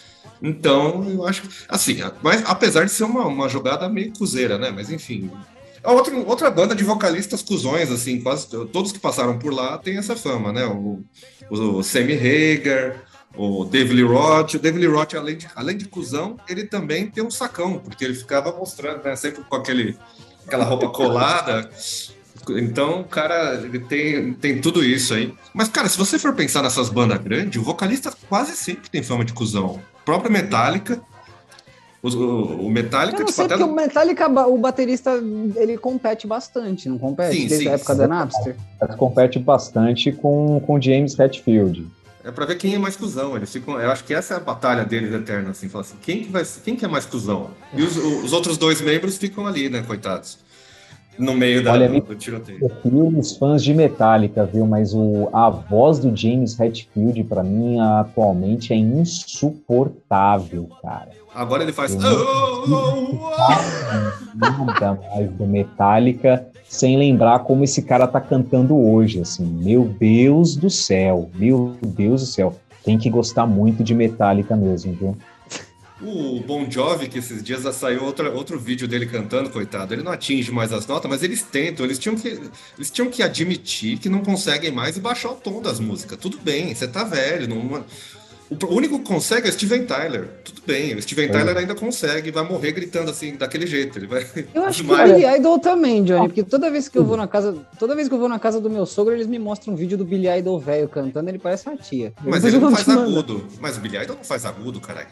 Então, eu acho que... Assim, mas, apesar de ser uma, uma jogada meio cuzeira, né? Mas, enfim... Outra, outra banda de vocalistas cuzões, assim, quase todos que passaram por lá têm essa fama, né? O, o Sammy Hagar, o Dave Lee Roth. O Dave Lee Roth, além de, além de cuzão, ele também tem um sacão, porque ele ficava mostrando, né? Sempre com aquele, aquela roupa colada. Então, o cara, ele tem, tem tudo isso aí. Mas, cara, se você for pensar nessas bandas grandes, o vocalista quase sempre tem fama de cuzão. O próprio Metallica... O, o, o Metallica, Eu não tipo, sei, até porque no- o Metallica, o baterista, ele compete bastante, não compete? Sim, Desde sim, a época sim. da Napster. Mas compete bastante com o James Hetfield. É pra ver quem é mais cuzão. Eles ficam, eu acho que essa é a batalha deles eterna, assim, fala assim, quem que vai, quem que é mais cuzão? E os, os outros dois membros ficam ali, né, coitados, no meio da, Olha, do, me- do tiroteio. Prefiro os fãs de Metallica, viu? Mas o, a voz do James Hetfield, pra mim, atualmente é insuportável, cara. Agora ele faz. Eu "Oh, oh, oh". Nada mais do Metallica, sem lembrar como esse cara tá cantando hoje, assim. Meu Deus do céu, meu Deus do céu. Tem que gostar muito de Metallica mesmo, viu? O Bon Jovi, que esses dias já saiu outra, outro vídeo dele cantando, coitado. Ele não atinge mais as notas, mas eles tentam. Eles tinham que, eles tinham que admitir que não conseguem mais e baixar o tom das músicas. Tudo bem, você tá velho. Não... O único que consegue é o Steven Tyler. Tudo bem, o Steven Tyler ainda consegue, vai morrer gritando assim, daquele jeito. Ele vai... Eu acho que Mas- o Billy Idol também, Johnny, porque toda vez que eu vou na casa, toda vez que eu vou na casa do meu sogro, eles me mostram um vídeo do Billy Idol velho cantando, ele parece uma tia. Mas Depois ele eu não vou faz te mandar. agudo. Mas o Billy Idol não faz agudo, caralho.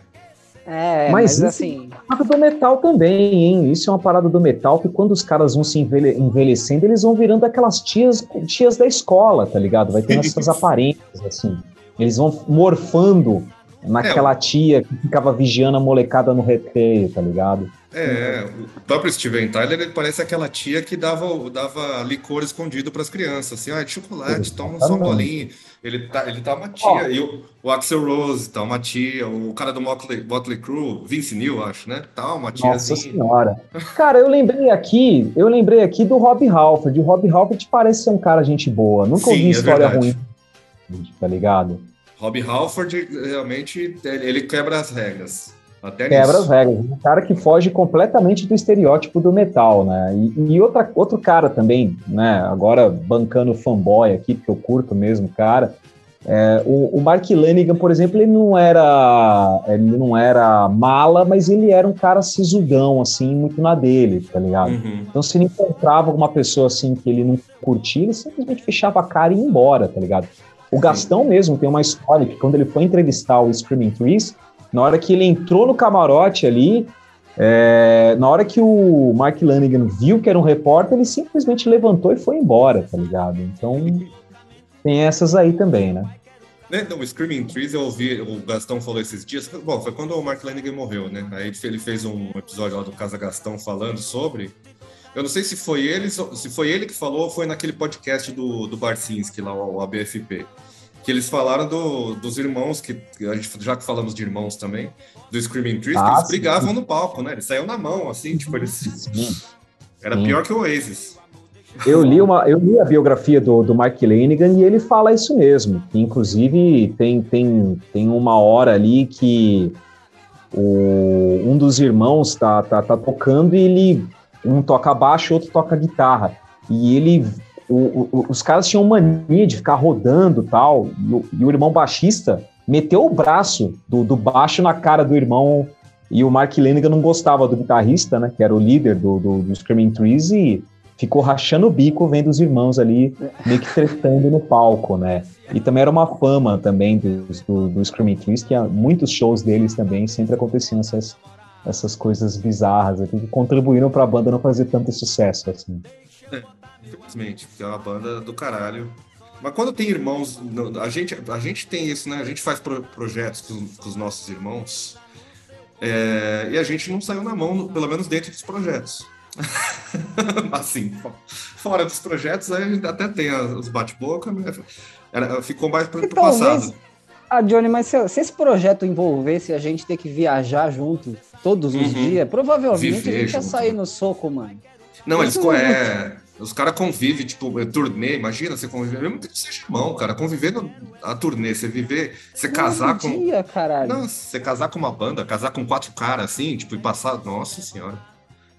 É, Mas mas, isso- assim, Parada do metal também, hein? Isso é uma parada do metal que quando os caras vão se envelhe- envelhecendo, eles vão virando aquelas tias, tias da escola, tá ligado? Vai tendo essas aparências, assim. Eles vão morfando naquela tia que ficava vigiando a molecada no recreio, tá ligado? É, o próprio Steven Tyler, ele parece aquela tia que dava, dava licor escondido para as crianças, assim, ah, de chocolate, toma só um bolinho. Ele tá, ele tá uma tia. Ó. E o, o Axl Rose tá uma tia. O cara do Motley, Motley Crue, Vince Neil, acho, né? Tá uma Nossa tiazinha. senhora. Cara, eu lembrei aqui, eu lembrei aqui do Rob Halford. O Rob Halford parece ser um cara gente boa. Nunca Sim, ouvi é história verdade. ruim, tá ligado? Rob Halford, realmente, ele ele quebra as regras. Até Quebra nisso. as regras. Um cara que foge completamente do estereótipo do metal, né? E, e outra, outro cara também, né? Agora bancando fanboy aqui, porque eu curto mesmo o cara. É, o, o Mark Lanegan, por exemplo, ele não era ele não era mala, mas ele era um cara sisudão, assim, muito na dele, tá ligado? Uhum. Então, se ele encontrava alguma pessoa assim que ele não curtia, ele simplesmente fechava a cara e ia embora, tá ligado? O Gastão mesmo tem uma história que quando ele foi entrevistar o Screaming Trees, na hora que ele entrou no camarote ali, É, na hora que o Mark Lanegan viu que era um repórter, ele simplesmente levantou e foi embora, tá ligado? Então, tem essas aí também, né? Então, o Screaming Trees, eu ouvi, o Gastão falou esses dias, bom, foi quando o Mark Lanegan morreu, né? Aí ele fez um episódio lá do Casa Gastão falando sobre, eu não sei se foi ele, se foi ele que falou ou foi naquele podcast do, do Barcinski, lá, o A B F P, que eles falaram do, dos irmãos, que a gente, já que falamos de irmãos também, do Screaming Trees, ah, que eles sim. brigavam no palco, né? Eles saíam na mão, assim, tipo, eles... Sim. Era sim. pior que o Oasis. Eu li, uma, eu li a biografia do, do Mark Lanegan e ele fala isso mesmo. Inclusive, tem, tem, tem uma hora ali que o, um dos irmãos tá, tá, tá tocando e ele, um toca baixo e outro toca guitarra. E ele, o, o, os caras tinham mania de ficar rodando tal, e o, e o irmão baixista meteu o braço do, do baixo na cara do irmão, e o Mark Lanegan não gostava do guitarrista, né, que era o líder do, do, do Screaming Trees, e ficou rachando o bico vendo os irmãos ali meio que tretando no palco, né? E também era uma fama também do, do, do Screaming Trees, que muitos shows deles também sempre aconteciam essas, essas coisas bizarras aqui, que contribuíram para a banda não fazer tanto sucesso, assim. É, infelizmente, porque é uma banda do caralho. Mas quando tem irmãos, a gente, a gente tem isso, né? A gente faz pro, projetos com, com os nossos irmãos, é, e a gente não saiu na mão, pelo menos dentro dos projetos. Assim, fora dos projetos, aí a gente até tem os bate-boca, né? Era, ficou mais para o passado. Ah, Johnny, mas se, se esse projeto envolvesse a gente ter que viajar junto todos os uhum. dias, provavelmente Viver a gente ia sair no soco, mano. Não, eles co- é, os caras convivem, tipo, turnê, imagina você conviver, mesmo que seja irmão, cara, conviver no, a turnê, você viver, você casar com... Dia, caralho. Não, você casar com uma banda, casar com quatro caras, assim, tipo, e passar... Nossa senhora.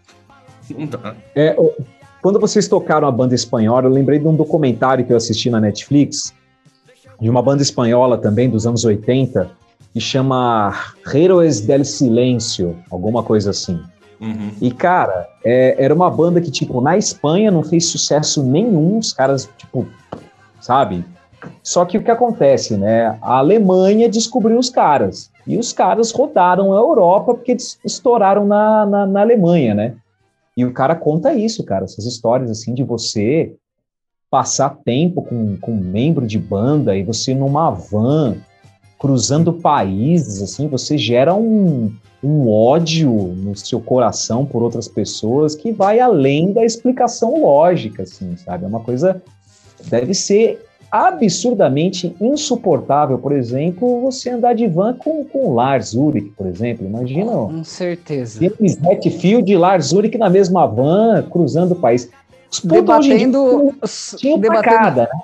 Não dá. É, quando vocês tocaram a banda espanhola, eu lembrei de um documentário que eu assisti na Netflix, de uma banda espanhola também, dos anos oitenta, que chama Héroes del Silencio, alguma coisa assim. Uhum. E, cara, é, era uma banda que, tipo, na Espanha não fez sucesso nenhum, os caras, tipo, sabe? Só que o que acontece, né? A Alemanha descobriu os caras, e os caras rodaram a Europa porque eles estouraram na, na, na Alemanha, né? E o cara conta isso, cara, essas histórias, assim, de você passar tempo com, com um membro de banda e você numa van, cruzando países, assim, você gera um, um ódio no seu coração por outras pessoas que vai além da explicação lógica, assim, sabe? É uma coisa... Deve ser absurdamente insuportável, por exemplo, você andar de van com, com o Lars Ulrich, por exemplo. Imagina... Com certeza. James Hetfield e Lars Ulrich na mesma van, cruzando o país. Os debatendo... Tinha debatendo facada, né?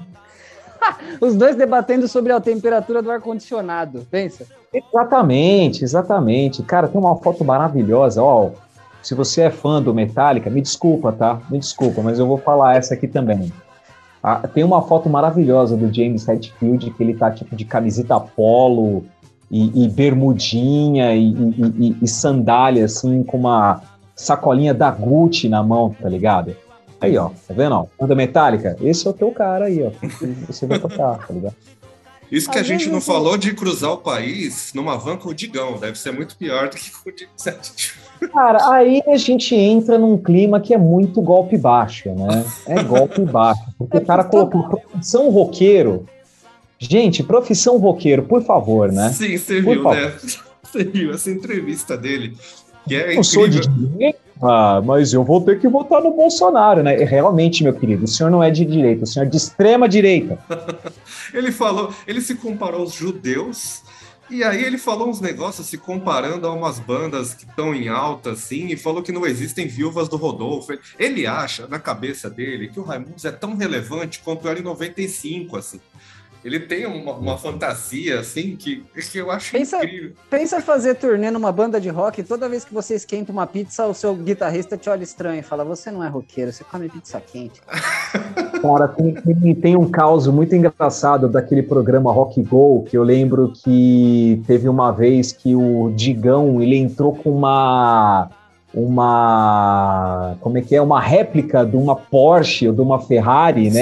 Os dois debatendo sobre a temperatura do ar-condicionado, pensa. Exatamente, exatamente. Cara, tem uma foto maravilhosa, ó. Se você é fã do Metallica, me desculpa, tá? Me desculpa, mas eu vou falar essa aqui também. Ah, tem uma foto maravilhosa do James Hetfield, que ele tá tipo de camiseta polo e, e bermudinha e, e, e, e sandália, assim, com uma sacolinha da Gucci na mão, tá ligado? Aí, ó, tá vendo, ó? Banda Metallica, esse é o teu cara aí, ó. Você vai tocar, tá ligado? Isso que a gente não falou de cruzar o país numa van com o Digão. Deve ser muito pior do que com o Digão. Cara, aí a gente entra num clima que é muito golpe baixo, né? É golpe baixo. Porque o cara colocou profissão roqueiro. Gente, profissão roqueiro, por favor, né? Sim, você viu, né? Você viu essa entrevista dele. Que é eu sou de direita, mas eu vou ter que votar no Bolsonaro, né? Realmente, meu querido, o senhor não é de direita, o senhor é de extrema direita. Ele falou, ele se comparou aos judeus, e aí ele falou uns negócios se comparando a umas bandas que estão em alta, assim, e falou que não existem viúvas do Rodolfo. Ele acha, na cabeça dele, que o Raimundos é tão relevante quanto era em noventa e cinco, assim. Ele tem uma, uma fantasia, assim, que, que eu acho pensa, incrível. Pensa fazer turnê numa banda de rock, e toda vez que você esquenta uma pizza, o seu guitarrista te olha estranho e fala, você não é roqueiro, você come pizza quente. Cara, tem, tem, tem um caos muito engraçado daquele programa Rock Go, que eu lembro que teve uma vez que o Digão, ele entrou com uma... uma... como é que é? Uma réplica de uma Porsche ou de uma Ferrari, né?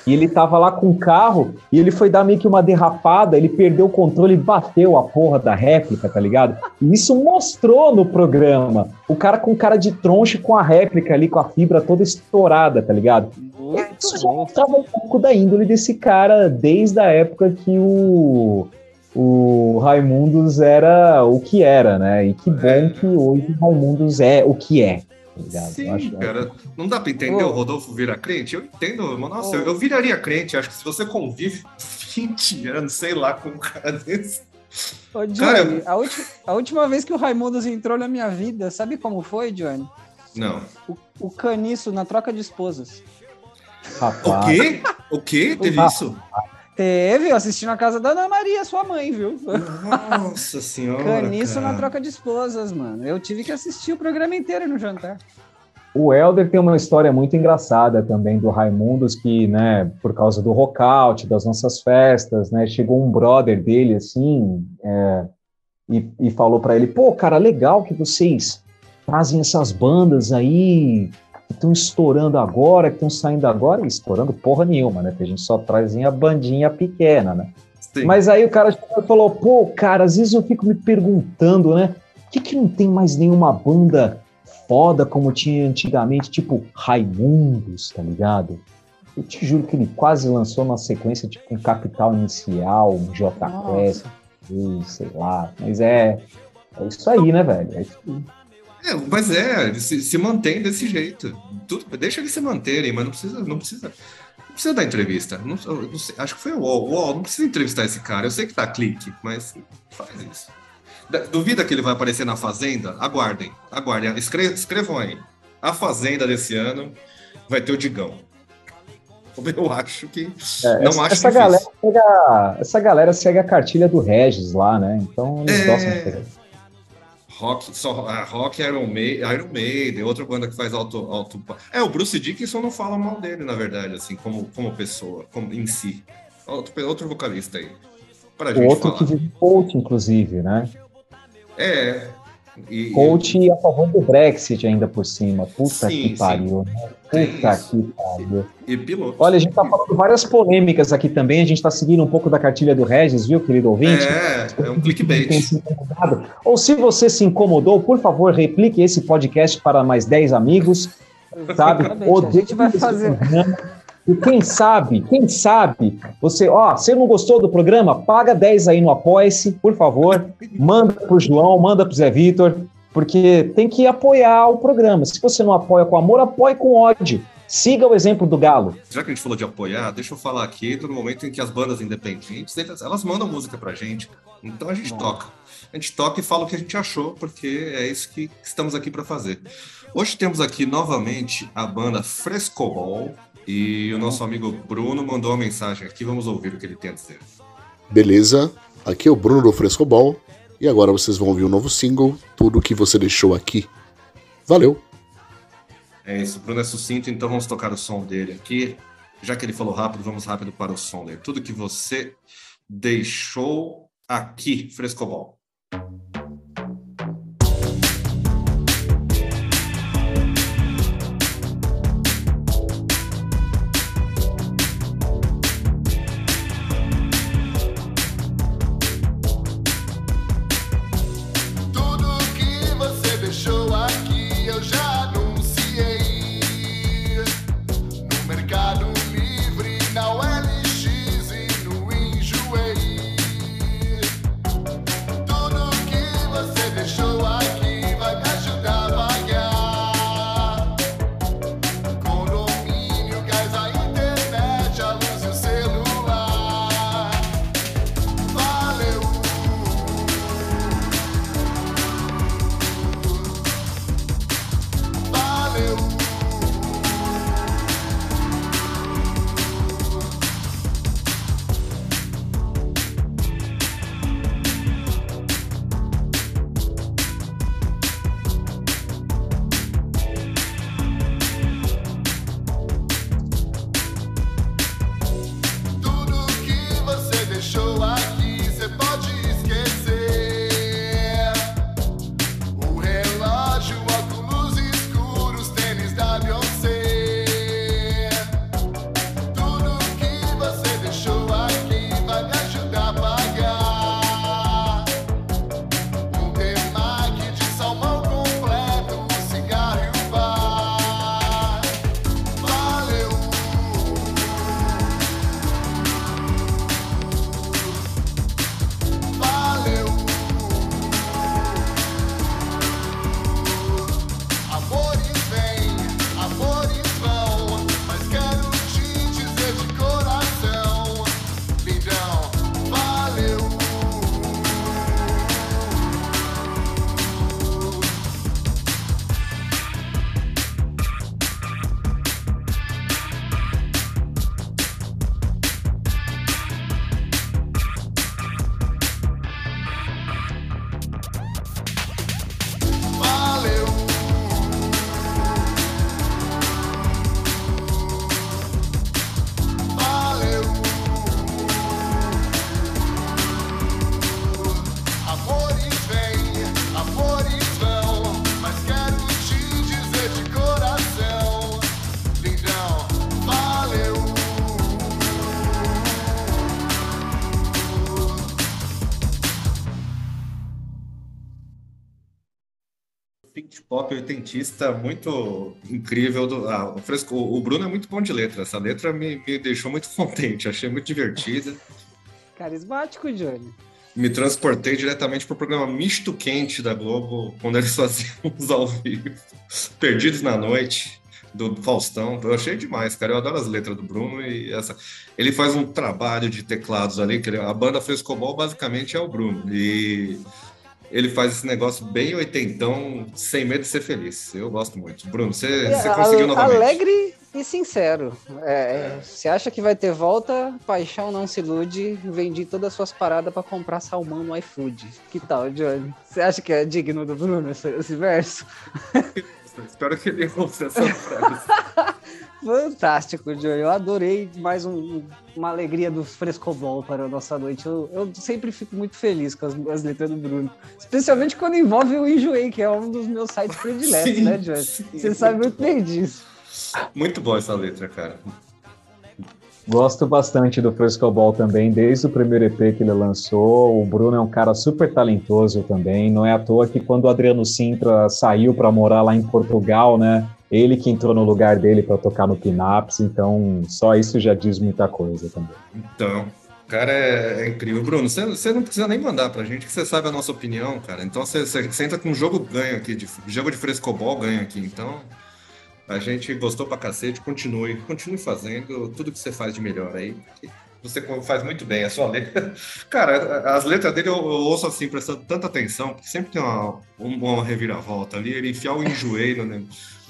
e ele tava lá com o carro, e ele foi dar meio que uma derrapada, ele perdeu o controle e bateu a porra da réplica, tá ligado? E isso mostrou no programa. O cara com cara de troncho com a réplica ali, com a fibra toda estourada, tá ligado? Isso já mostrava um pouco da índole desse cara, desde a época que o, o Raimundos era o que era, né? E que bom é. que hoje o Raimundos é o que é. Tá Sim, acho, cara, não dá pra entender oh. o Rodolfo virar crente? Eu entendo, nossa, oh. eu, eu viraria crente, acho que se você convive vinte anos, sei lá, com um cara desse... Ô, Johnny, cara, a, ulti- a última vez que o Raimundos entrou na minha vida, sabe como foi, Johnny? Não. O, o caniço na troca de esposas. Rapaz. O quê? O quê? Teve ah, isso? Teve, eu assisti na casa da Ana Maria, sua mãe, viu? Nossa senhora, Caniço cara. na troca de esposas, mano. Eu tive que assistir o programa inteiro no jantar. O Helder tem uma história muito engraçada também do Raimundos, que, né, por causa do rockout, das nossas festas, né, chegou um brother dele, assim, é, e, e falou pra ele, pô, cara, legal que vocês trazem essas bandas aí que estão estourando agora, que estão saindo agora, e estourando porra nenhuma, né, porque a gente só trazia bandinha pequena, né. Sim. Mas aí o cara falou, pô, cara, às vezes eu fico me perguntando, né, por que que não tem mais nenhuma banda foda como tinha antigamente, tipo Raimundos, tá ligado? Eu te juro que ele quase lançou uma sequência, tipo um Capital Inicial, um J Quest, sei lá, mas é, é isso aí, né, velho? É isso aí. É, mas é, ele se, se mantém desse jeito. Tudo, deixa eles se manterem, mas não precisa, não precisa, não precisa dar entrevista. Não, não sei, acho que foi o UOL. O UOL não precisa entrevistar esse cara. Eu sei que tá clique, mas faz isso. Duvida que ele vai aparecer na Fazenda? Aguardem, aguardem, Escre- escrevam aí. A Fazenda desse ano vai ter o Digão. Eu acho que... É, não essa, acho essa galera pega, essa galera segue a cartilha do Regis lá, né? Então eles é... gostam de pegar. Rock, só, a Rock, Iron Maiden, Iron Maiden, outra banda que faz alto, alto... É, o Bruce Dickinson não fala mal dele, na verdade, assim, como, como pessoa, como, em si. Outro, outro vocalista aí. Pra gente outro falar. Que vive coach, inclusive, né? É. E, coach e... a favor do Brexit ainda por cima. Puta sim, que pariu. Né? Puta que pariu. E piloto. Olha, a gente tá falando várias polêmicas aqui também. A gente tá seguindo um pouco da cartilha do Regis, viu, querido ouvinte? É, é um clickbait. Ou se você se incomodou, por favor, replique esse podcast para mais dez amigos, sabe? A gente vai fazer... E quem sabe, quem sabe, você, ó, você não gostou do programa? Paga dez aí no Apoia-se, por favor, manda pro João, manda pro Zé Vitor, porque tem que apoiar o programa. Se você não apoia com amor, apoie com ódio. Siga o exemplo do Galo. Já que a gente falou de apoiar, deixa eu falar aqui do momento em que as bandas independentes, elas mandam música pra gente, então a gente Bom. toca. A gente toca e fala o que a gente achou, porque é isso que estamos aqui para fazer. Hoje temos aqui novamente a banda Frescobol, e o nosso amigo Bruno mandou uma mensagem aqui, vamos ouvir o que ele tem a dizer. Beleza, aqui é o Bruno do Frescobol, e agora vocês vão ouvir o novo single, Tudo o que Você Deixou Aqui. Valeu! É isso, o Bruno é sucinto, então vamos tocar o som dele aqui. Já que ele falou rápido, vamos rápido para o som dele. Tudo que você deixou aqui, Frescobol. Tudo que pop oitentista muito incrível. Do, ah, o, Fresco, o Bruno é muito bom de letra. Essa letra me, me deixou muito contente, achei muito divertida. Carismático, Johnny. Me transportei diretamente pro programa Misto Quente da Globo, quando eles faziam os ao vivo. Perdidos na Noite, do Faustão. Eu achei demais, cara. Eu adoro as letras do Bruno e essa. Ele faz um trabalho de teclados ali, que ele... a banda Frescobol basicamente é o Bruno. E ele faz esse negócio bem oitentão, sem medo de ser feliz. Eu gosto muito. Bruno, você, É, você conseguiu a- novamente. Alegre e sincero. É, é, você acha que vai ter volta? Paixão não se ilude. Vendi todas as suas paradas pra comprar salmão no iFood. Que tal, Johnny? Você acha que é digno do Bruno esse, esse verso? Espero que ele ouça essa frase. Fantástico, Johnny. Eu adorei mais um- uma alegria do Frescobol para a nossa noite. Eu, eu sempre fico muito feliz com as, as letras do Bruno. Especialmente quando envolve o Enjoei, que é um dos meus sites prediletos, Sim, né, Johnny? sim, Você sabe muito bem disso. Muito boa essa letra, cara. Gosto bastante do Frescobol também, desde o primeiro E P que ele lançou. O Bruno é um cara super talentoso também. Não é à toa que quando o Adriano Sintra saiu para morar lá em Portugal, né? Ele que entrou no lugar dele para tocar no Pinaps, então só isso já diz muita coisa também. Então, o cara é, é incrível. Bruno, você, você não precisa nem mandar pra gente, que você sabe a nossa opinião, cara. Então você, você, você entra com um jogo ganho aqui, de, jogo de Frescobol ganho aqui. Então, a gente gostou pra cacete, continue, continue fazendo tudo que você faz de melhor aí. Você faz muito bem, a sua letra. Cara, as letras dele eu, eu ouço assim, prestando tanta atenção, porque sempre tem uma, uma reviravolta ali, ele enfiar o enjoei no negócio.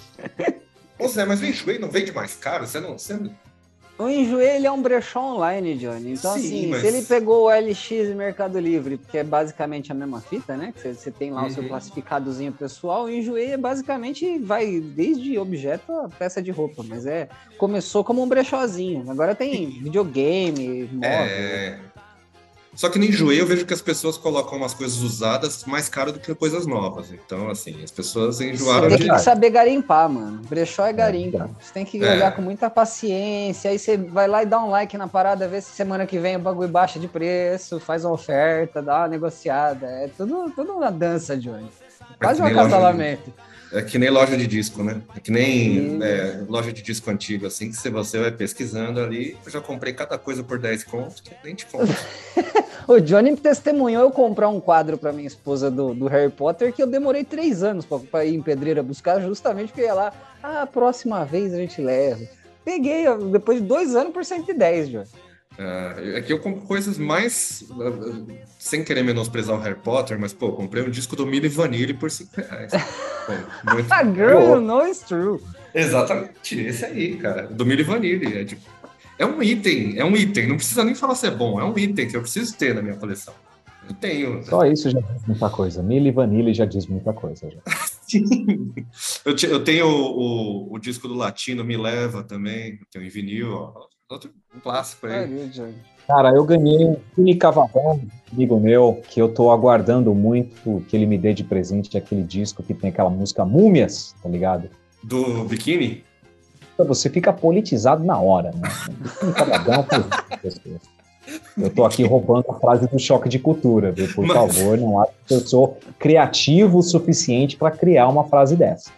Ô Zé, mas o enjoei não vende mais caro? Você não... Você... O Enjoei, ele é um brechó online, Johnny. Então, Sim, assim, mas- se ele pegou o L X e Mercado Livre, que é basicamente a mesma fita, né? Que você, você tem lá o seu Uhum. classificadozinho pessoal, o Enjoei é basicamente, vai desde objeto a peça de roupa, mas é, começou como um brechózinho. Agora tem videogame, móvel. É... Só que no enjoei eu vejo que as pessoas colocam umas coisas usadas mais caras do que coisas novas. Então, assim, as pessoas enjoaram Você de... tem que saber garimpar, mano. Brechó é garimpo. É. Você tem que É. olhar com muita paciência. Aí você vai lá e dá um like na parada, vê se semana que vem o bagulho baixa de preço, faz uma oferta, dá uma negociada. É tudo, tudo uma dança, Johnny. Quase um É que nem loja de- acasalamento. É que nem loja de disco, né? É que nem Sim. é, loja de disco antigo, assim, que se você vai pesquisando ali, eu já comprei cada coisa por dez contos, que nem te conto. O Johnny testemunhou eu comprar um quadro pra minha esposa do, do Harry Potter que eu demorei três anos pra, pra ir em Pedreira buscar, justamente porque eu ia lá, ah, a próxima vez a gente leva. Peguei, ó, depois de dois anos por cento e dez, Johnny. É, é que eu compro coisas mais... uh, sem querer menosprezar o Harry Potter, mas, pô, eu comprei um disco do Milli Vanilli por cinco reais. Pô, muito... A girl, you know it's true. Exatamente, esse aí, cara, do Milli Vanilli. É, tipo, é um item, é um item, não precisa nem falar se é bom, é um item que eu preciso ter na minha coleção. Eu tenho. Só isso já diz muita coisa. Milli Vanilli já diz muita coisa. Já. eu, te- eu tenho o, o, o disco do Latino Me Leva também, eu tenho em vinil, ó, outro um clássico aí. Aí, Johnny. Cara, eu ganhei um Cine Cavadão, amigo meu, que eu tô aguardando muito que ele me dê de presente aquele disco que tem aquela música Múmias, tá ligado? Do Biquíni? Você fica politizado na hora, né? Cine Cavadão, eu tô aqui roubando a frase do Choque de Cultura, viu? Por Mas- favor, não acho que eu sou criativo o suficiente para criar uma frase dessa.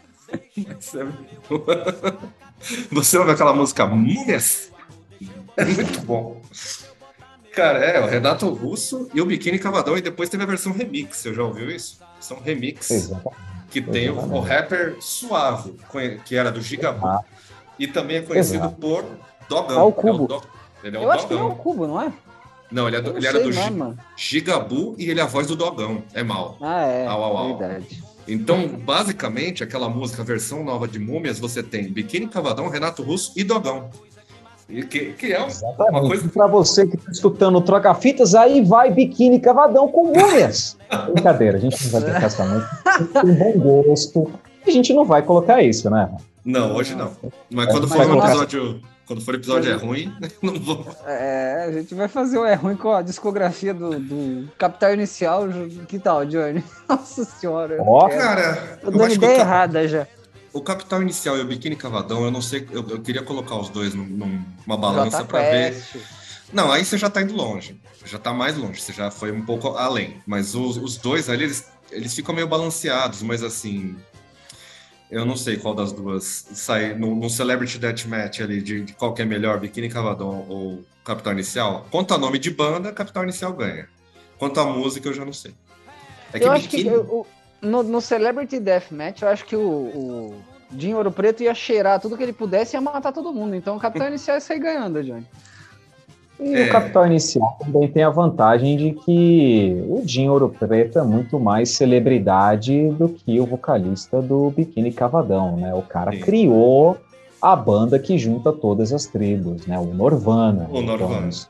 Você ouve aquela música Múmias? É muito bom. Cara, é, o Renato Russo e o Biquíni Cavadão, e depois teve a versão remix, você já ouviu isso? São remix, Exatamente. que tem o, o rapper Suave, conhe- que era do Gigabu, Ah, e também é conhecido Exato. por Dogão. Ah, o Ele Cubo. Do- Ele é o Eu acho que não é Dogão. o Cubo, não é? Não, ele, é do- Eu não ele era sei, do não é, Gi- mano. Gigabu e ele é a voz do Dogão. É mal. Ah, é. Au, au, au. Verdade. Então, basicamente, aquela música, a versão nova de Múmias, você tem Biquíni Cavadão, Renato Russo e Dogão. E que, que é um- uma exatamente. coisa... E pra você que tá escutando Troca-Fitas, aí vai Biquíni Cavadão com Múmias. Brincadeira, a gente não vai ter essa música. Tem bom gosto. A gente não vai colocar isso, né? Não, hoje não. Mas quando Mas for um não. episódio... Quando for episódio é ruim, não vou... É, a gente vai fazer o É Ruim com a discografia do, do Capital Inicial. Que tal, Johnny? Nossa senhora. eu Ó, quero. Cara, Tô eu dando acho que o ideia Cap- errada já. o Capital Inicial e o Biquíni Cavadão, eu não sei... Eu, eu queria colocar os dois num- numa balança Jota pra ver... Quest. Não, aí você já tá indo longe. Já tá mais longe, você já foi um pouco além. Mas os, os dois ali, eles, eles ficam meio balanceados, mas assim... Eu não sei qual das duas sai no, no Celebrity Deathmatch ali, de, de qual que é melhor, Biquíni Cavadão ou Capital Inicial. Quanto a nome de banda, Capital Inicial ganha. Quanto a música, eu já não sei. É que eu acho biquíni... que eu, no, no Celebrity Deathmatch, eu acho que o, o Dinho Ouro Preto ia cheirar tudo que ele pudesse e ia matar todo mundo. Então o Capital Inicial ia sair ganhando, Johnny. E é. o Capital Inicial também tem a vantagem de que o Dinho Ouro Preto é muito mais celebridade do que o vocalista do Biquíni Cavadão, né? O cara Sim. criou a banda que junta todas as tribos, né? O Norvana. O Norvana. Então,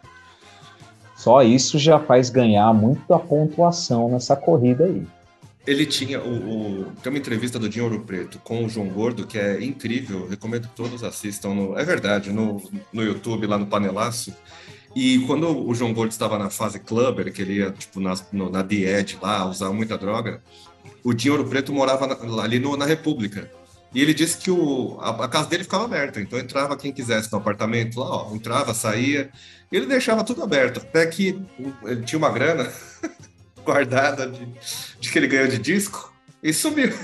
só isso já faz ganhar muita pontuação nessa corrida aí. Ele tinha o, o, tem uma entrevista do Dinho Ouro Preto com o João Gordo, que é incrível, recomendo que todos assistam, no, é verdade, no, no YouTube, lá no Panelaço. E quando o João Gordo estava na fase clubber, que ele ia tipo, na, no, na Diet lá, usar muita droga, o Dinho Ouro Preto morava na, ali no, na República. E ele disse que o, a, a casa dele ficava aberta, então entrava quem quisesse no apartamento lá, ó, entrava, saía, e ele deixava tudo aberto, até que ele tinha uma grana guardada de, de que ele ganhou de disco e sumiu.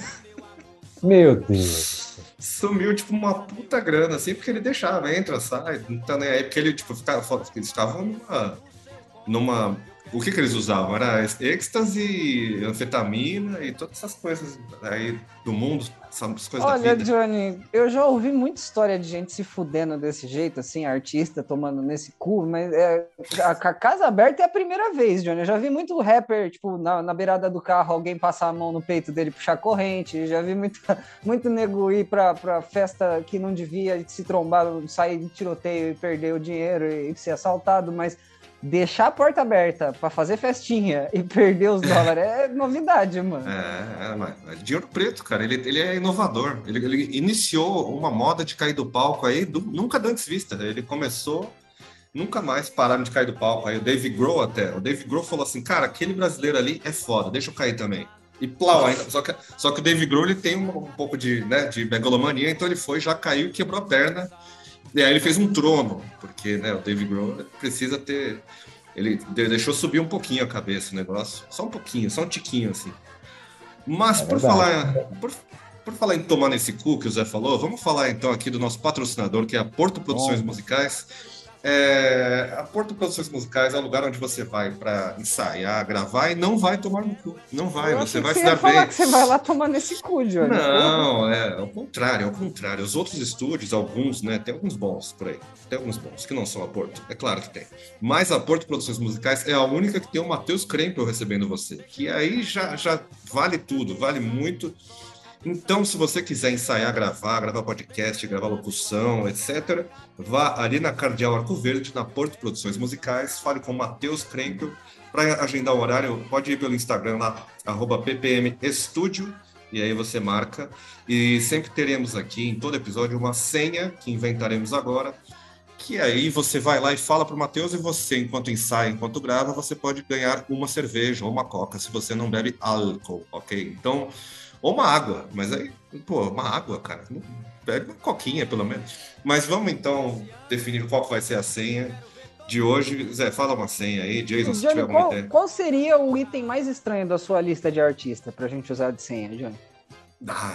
Meu Deus. Sumiu, tipo, uma puta grana, assim, porque ele deixava, entra, sai, não tá nem aí, porque ele, tipo, ficava, eles ficavam numa, numa... O que que eles usavam? Era êxtase, anfetamina e todas essas coisas aí do mundo, essas coisas Olha, da vida. Johnny, eu já ouvi muita história de gente se fudendo desse jeito, assim, artista tomando nesse cu, mas é, a, a casa aberta é a primeira vez, Johnny. Eu já vi muito rapper, tipo, na, na beirada do carro, alguém passar a mão no peito dele, puxar corrente, já vi muito, muito nego ir pra, pra festa que não devia, se trombar, sair de tiroteio e perder o dinheiro e, e ser assaltado, mas deixar a porta aberta pra fazer festinha e perder os dólares é novidade, mano. É, é mas Dinho Ouro Preto, cara, ele, ele é inovador. Ele, ele iniciou uma moda de cair do palco aí, do, nunca antes vista. Ele começou, nunca mais pararam de cair do palco. Aí o Dave Grohl até, o Dave Grohl falou assim, cara, aquele brasileiro ali é foda, deixa eu cair também. E plau, ainda. Só que, só que o Dave Grohl, ele tem um, um pouco de, né, de megalomania, então ele foi, já caiu e quebrou a perna. E aí ele fez um trono, porque né, o Dave Grohl precisa ter... Ele deixou subir um pouquinho a cabeça o negócio. Só um pouquinho, só um tiquinho, assim. Mas é por, falar, por, por falar em tomar nesse cu que o Zé falou, vamos falar então aqui do nosso patrocinador, que é a Porto Produções Bom. Musicais. É, a Porto Produções Musicais é o lugar onde você vai para ensaiar, gravar e não vai tomar no cu. Não vai, eu você vai você se dar falar bem. Que você vai lá tomar nesse cu, Johnny. Não, é ao contrário, ao contrário. Os outros estúdios, alguns, né? Tem alguns bons por aí. Tem alguns bons que não são a Porto. É claro que tem. Mas a Porto Produções Musicais é a única que tem o Matheus Krempel recebendo você. Que aí já, já vale tudo, vale muito. Então, se você quiser ensaiar, gravar, gravar podcast, gravar locução, etcétera, vá ali na Cardeal Arco Verde, na Porto Produções Musicais, fale com o Matheus Krempel. Para agendar o horário, pode ir pelo Instagram lá, arroba P P M Estúdio, e aí você marca. E sempre teremos aqui, em todo episódio, uma senha que inventaremos agora, que aí você vai lá e fala para o Matheus, e você, enquanto ensaia, enquanto grava, você pode ganhar uma cerveja ou uma coca, se você não bebe álcool, ok? Então... Ou uma água, mas aí, pô, uma água, cara. Bebe uma coquinha, pelo menos. Mas vamos, então, definir qual vai ser a senha de hoje. Zé, fala uma senha aí, Jason, se Johnny, tiver alguma qual, ideia. Qual seria o item mais estranho da sua lista de artista pra gente usar de senha, Johnny? Ah,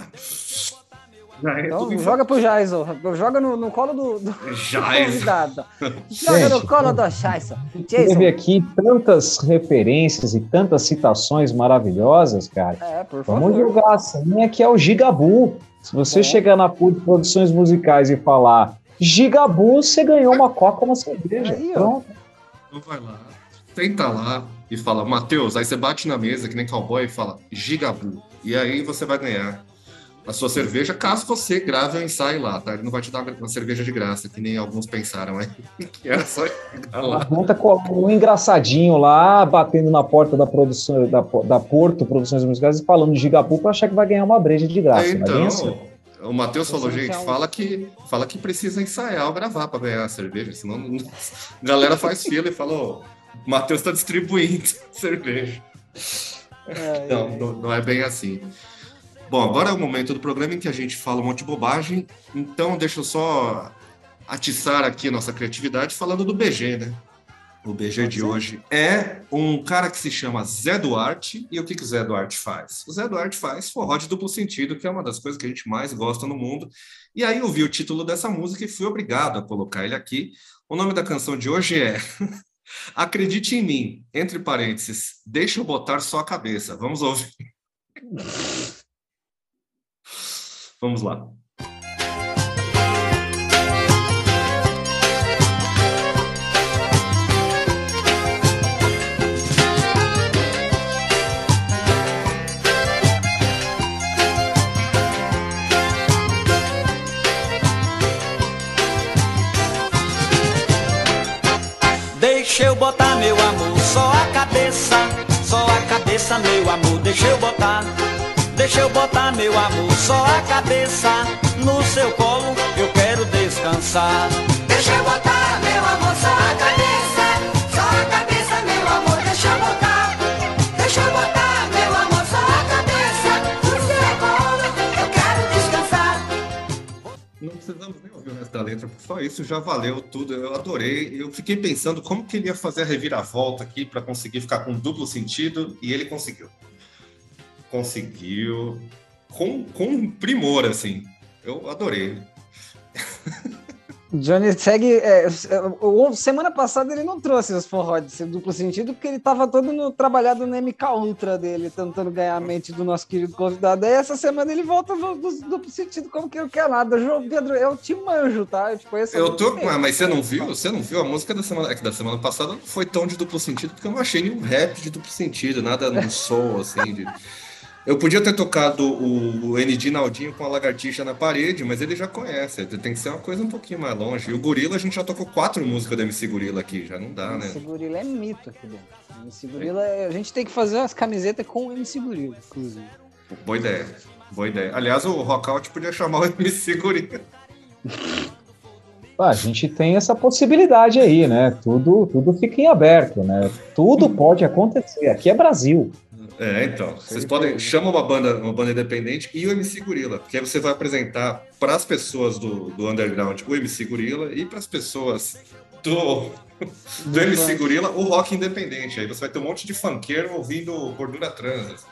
já é então, tudo joga pro Jason. Joga no, no colo do, do convidado. Joga Gente, no colo do Jason. Teve aqui tantas referências e tantas citações maravilhosas, cara. É, por favor. Vamos jogar a senha que é o Gigabu. Se você Bom. chegar na P U D Produções Musicais e falar Gigabu, você ganhou uma coca, uma cerveja. Aí, Pronto. Então vai lá, tenta lá e fala, Matheus, aí você bate na mesa que nem cowboy e fala Gigabu. E aí você vai ganhar a sua cerveja, caso você grave ou ensaie lá, tá? Ele não vai te dar uma cerveja de graça, que nem alguns pensaram, hein? Que era só lá. Monta um engraçadinho lá, batendo na porta da produção da, da Porto Produções Musicais e falando de Gigabu pra achar que vai ganhar uma breja de graça. Então, não é assim? O Matheus falou, gente, fala que, fala que precisa ensaiar ou gravar pra ganhar a cerveja, senão não, a galera faz fila e fala, o Matheus tá distribuindo cerveja. É, não, é. Não, não é bem assim. Bom, agora é o momento do programa em que a gente fala um monte de bobagem, então deixa eu só atiçar aqui a nossa criatividade falando do B G, né? O B G de hoje é um cara que se chama Zé Duarte. E o que, que o Zé Duarte faz? O Zé Duarte faz forró de duplo sentido, que é uma das coisas que a gente mais gosta no mundo. E aí eu vi o título dessa música e fui obrigado a colocar ele aqui. O nome da canção de hoje é Acredite em Mim, entre parênteses, deixa eu botar só a cabeça. Vamos ouvir. Vamos lá. Deixa eu botar, meu amor, só a cabeça, só a cabeça, meu amor, deixa eu botar. Deixa eu botar, meu amor, só a cabeça no seu colo, eu quero descansar. Deixa eu botar, meu amor, só a cabeça, só a cabeça, meu amor, deixa eu botar. Deixa eu botar, meu amor, só a cabeça no seu colo, eu quero descansar. Não precisamos nem ouvir o resto da letra, porque só isso já valeu tudo, eu adorei. Eu fiquei pensando como que ele ia fazer a reviravolta aqui para conseguir ficar com duplo sentido, e ele conseguiu. Conseguiu com, com primor, assim. Eu adorei. Johnny segue. É, semana passada ele não trouxe os forró de duplo sentido, porque ele estava todo no, trabalhado no M K Ultra dele, tentando ganhar a mente do nosso querido convidado. Aí essa semana ele volta no, no duplo sentido, como que não quer nada. João Pedro, eu te manjo, tá? Eu te conheço. Eu tô. Ah, mas você não viu? Você não viu? A música da semana, é que da semana passada não foi tão de duplo sentido, porque eu não achei nenhum rap de duplo sentido, nada no soul, assim. De... Eu podia ter tocado o, o N D Naldinho com a lagartixa na parede, mas ele já conhece. Tem que ser uma coisa um pouquinho mais longe. E o Gorila, a gente já tocou quatro músicas do M C Gorila aqui, já não dá, né? M C Gorila é mito aqui dentro. M C Gorila, é... a gente tem que fazer umas camisetas com o M C Gorila, inclusive. Boa ideia, boa ideia. Aliás, o Rockout podia chamar o M C Gorila. A gente tem essa possibilidade aí, né? Tudo, tudo fica em aberto, né? Tudo pode acontecer. Aqui é Brasil. É, então, vocês podem chamar uma banda, uma banda independente e o M C Gorila, porque aí você vai apresentar para as pessoas do, do underground o M C Gorila e para as pessoas do, do M C Gorila o rock independente. Aí você vai ter um monte de funkeiro ouvindo Gordura Trans.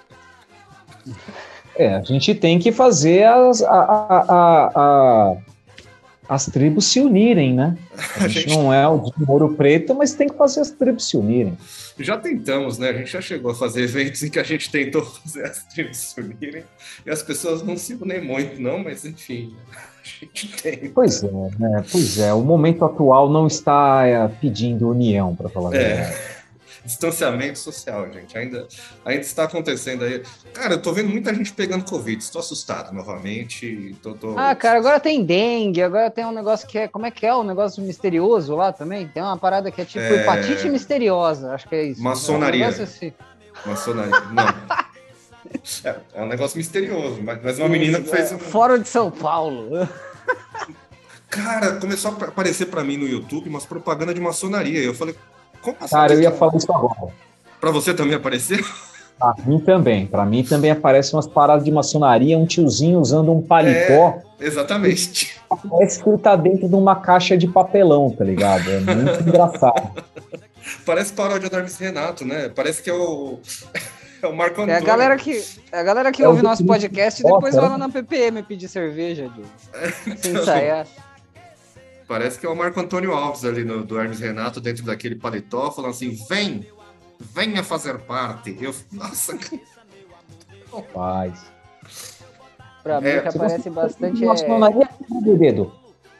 É, a gente tem que fazer as, a, a, a, a, as tribos se unirem, né? A gente, a gente não é o de Ouro Preto, mas tem que fazer as tribos se unirem. Já tentamos, né? A gente já chegou a fazer eventos em que a gente tentou fazer as tribos se unirem e as pessoas não se unem muito, não, mas enfim, a gente tenta. Pois é, né? Pois é, o momento atual não está é, pedindo união, para falar a verdade. É. Distanciamento social, gente, ainda, ainda está acontecendo aí. Cara, eu tô vendo muita gente pegando Covid, estou assustado novamente. Tô, tô... Ah, cara, agora tem dengue, agora tem um negócio que é, como é que é, um negócio misterioso lá também? Tem uma parada que é tipo é... hepatite misteriosa, acho que é isso. Maçonaria. É um assim. Maçonaria, não. É, é um negócio misterioso, mas uma menina que fez... Um... Fora de São Paulo. Cara, começou a aparecer pra mim no YouTube umas propagandas de maçonaria, e eu falei... Como assim? Cara, eu ia falar isso agora. Pra você também apareceu? Pra mim também. Pra mim também aparecem umas paradas de maçonaria, um tiozinho usando um paletó. É, exatamente. Parece que ele tá dentro de uma caixa de papelão, tá ligado? É muito engraçado. Parece paródia do Hermes Renato, né? Parece que é o... É o Marco Antônio. É a galera que, é a galera que é ouve nosso podcast e depois vai lá na P P M pedir cerveja, Diogo. É, sem ensaiar. Parece que é o Marco Antônio Alves ali no, do Hermes Renato, dentro daquele paletó, falando assim, vem, venha fazer parte. Eu, nossa, Faz. Pra mim, é, que aparece bastante... Nossa, é... do dedo.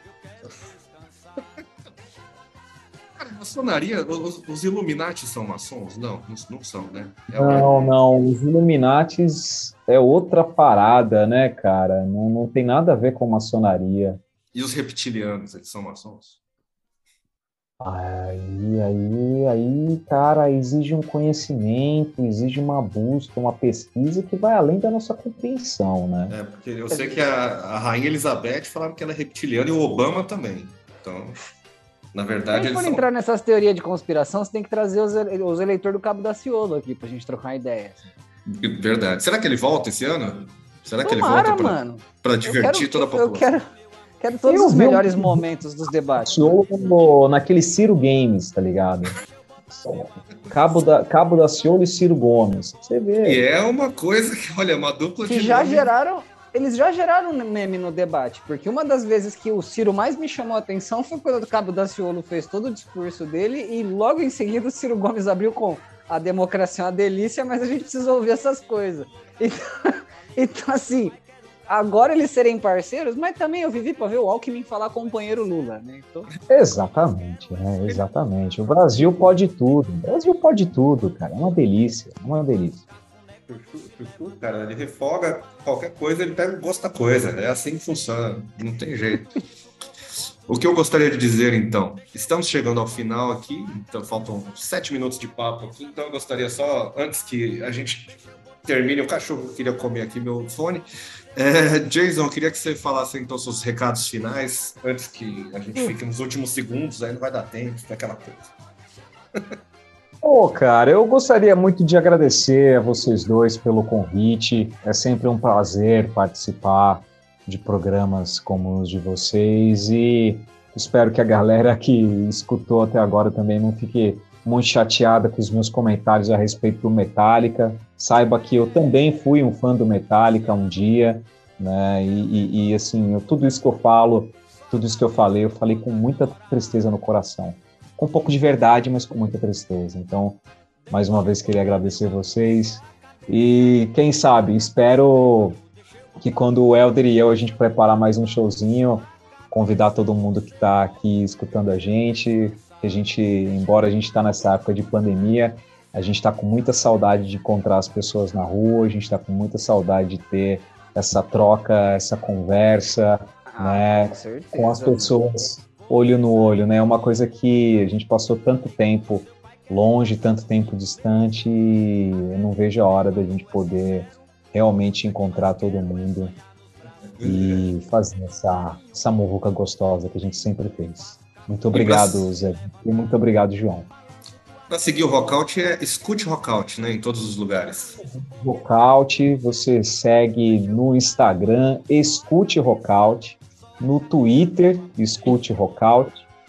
Cara, maçonaria, os, os Illuminati são maçons? Não, não, não são, né? É não, uma... não, os Illuminatis é outra parada, né, cara? Não, não tem nada a ver com maçonaria. E os reptilianos, eles são maçons? Aí, aí, aí, cara, exige um conhecimento, exige uma busca, uma pesquisa que vai além da nossa compreensão, né? É, porque eu sei que a, a Rainha Elizabeth falava que ela é reptiliana e o Obama também. Então, na verdade, Se eles for são... entrar nessas teorias de conspiração, você tem que trazer os, os eleitores do Cabo da Ciolo aqui pra gente trocar uma ideia. Verdade. Será que ele volta esse ano? Será que Tomara, ele volta pra, mano. pra divertir quero, toda a população? Eu quero... Quero todos eu os melhores um... momentos dos debates. No, naquele Ciro Games, tá ligado? Cabo da, Cabo da Ciolo e Ciro Gomes. Você vê. E é uma coisa que, olha, uma dupla que de já nome. geraram, eles já geraram um meme no debate, porque uma das vezes que o Ciro mais me chamou a atenção foi quando o Cabo da Ciolo fez todo o discurso dele e logo em seguida o Ciro Gomes abriu com a democracia é uma delícia, mas a gente precisa ouvir essas coisas. Então, então assim, agora eles serem parceiros, mas também eu vivi para ver o Alckmin falar companheiro Lula, né? Então... Exatamente, né? Exatamente. O Brasil pode tudo. O Brasil pode tudo, cara. É uma delícia, é uma delícia. Cara, ele refoga qualquer coisa, ele pega o gosto da coisa. É assim que funciona, não tem jeito. O que eu gostaria de dizer, então, estamos chegando ao final aqui, então faltam sete minutos de papo aqui, então eu gostaria só, antes que a gente termine, o cachorro queria comer aqui meu fone. É, Jason, eu queria que você falasse então seus recados finais, antes que a gente fique nos últimos segundos, aí não vai dar tempo, daquela coisa. Pô, cara, eu gostaria muito de agradecer a vocês dois pelo convite. É sempre um prazer participar de programas como os de vocês e espero que a galera que escutou até agora também não fique muito chateada com os meus comentários a respeito do Metallica. Saiba que eu também fui um fã do Metallica um dia, né? E, e, e assim, eu, tudo isso que eu falo, tudo isso que eu falei, eu falei com muita tristeza no coração. Com um pouco de verdade, mas com muita tristeza. Então, mais uma vez, queria agradecer vocês. E quem sabe, espero que quando o Helder e eu a gente preparar mais um showzinho, convidar todo mundo que está aqui escutando a gente, que a gente, embora a gente está nessa época de pandemia, a gente está com muita saudade de encontrar as pessoas na rua, a gente está com muita saudade de ter essa troca, essa conversa, ah, né, com certeza, com as pessoas olho no olho, né? É uma coisa que a gente passou tanto tempo longe, tanto tempo distante, e eu não vejo a hora da gente poder realmente encontrar todo mundo e fazer essa, essa muvuca gostosa que a gente sempre fez. Muito obrigado, Zé. E muito obrigado, João. Para seguir o Rockout é escute Rockout, né? Em todos os lugares. Rockout, você segue no Instagram, escute Rockout, no Twitter, escute Rockout,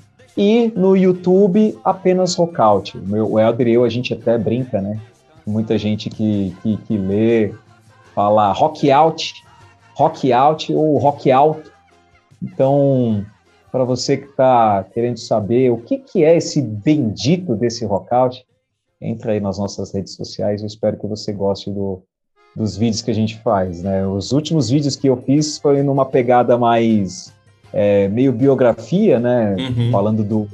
e no YouTube, apenas Rockout. O Helder e eu, a gente até brinca, né? Muita gente que, que, que lê, fala rock out, rock out ou rock alto. Então, para você que está querendo saber o que, que é esse bendito desse rockout, entra aí nas nossas redes sociais. Eu espero que você goste do, dos vídeos que a gente faz, né? Os últimos vídeos que eu fiz foi numa pegada mais é, meio biografia, né? Uhum. Falando do...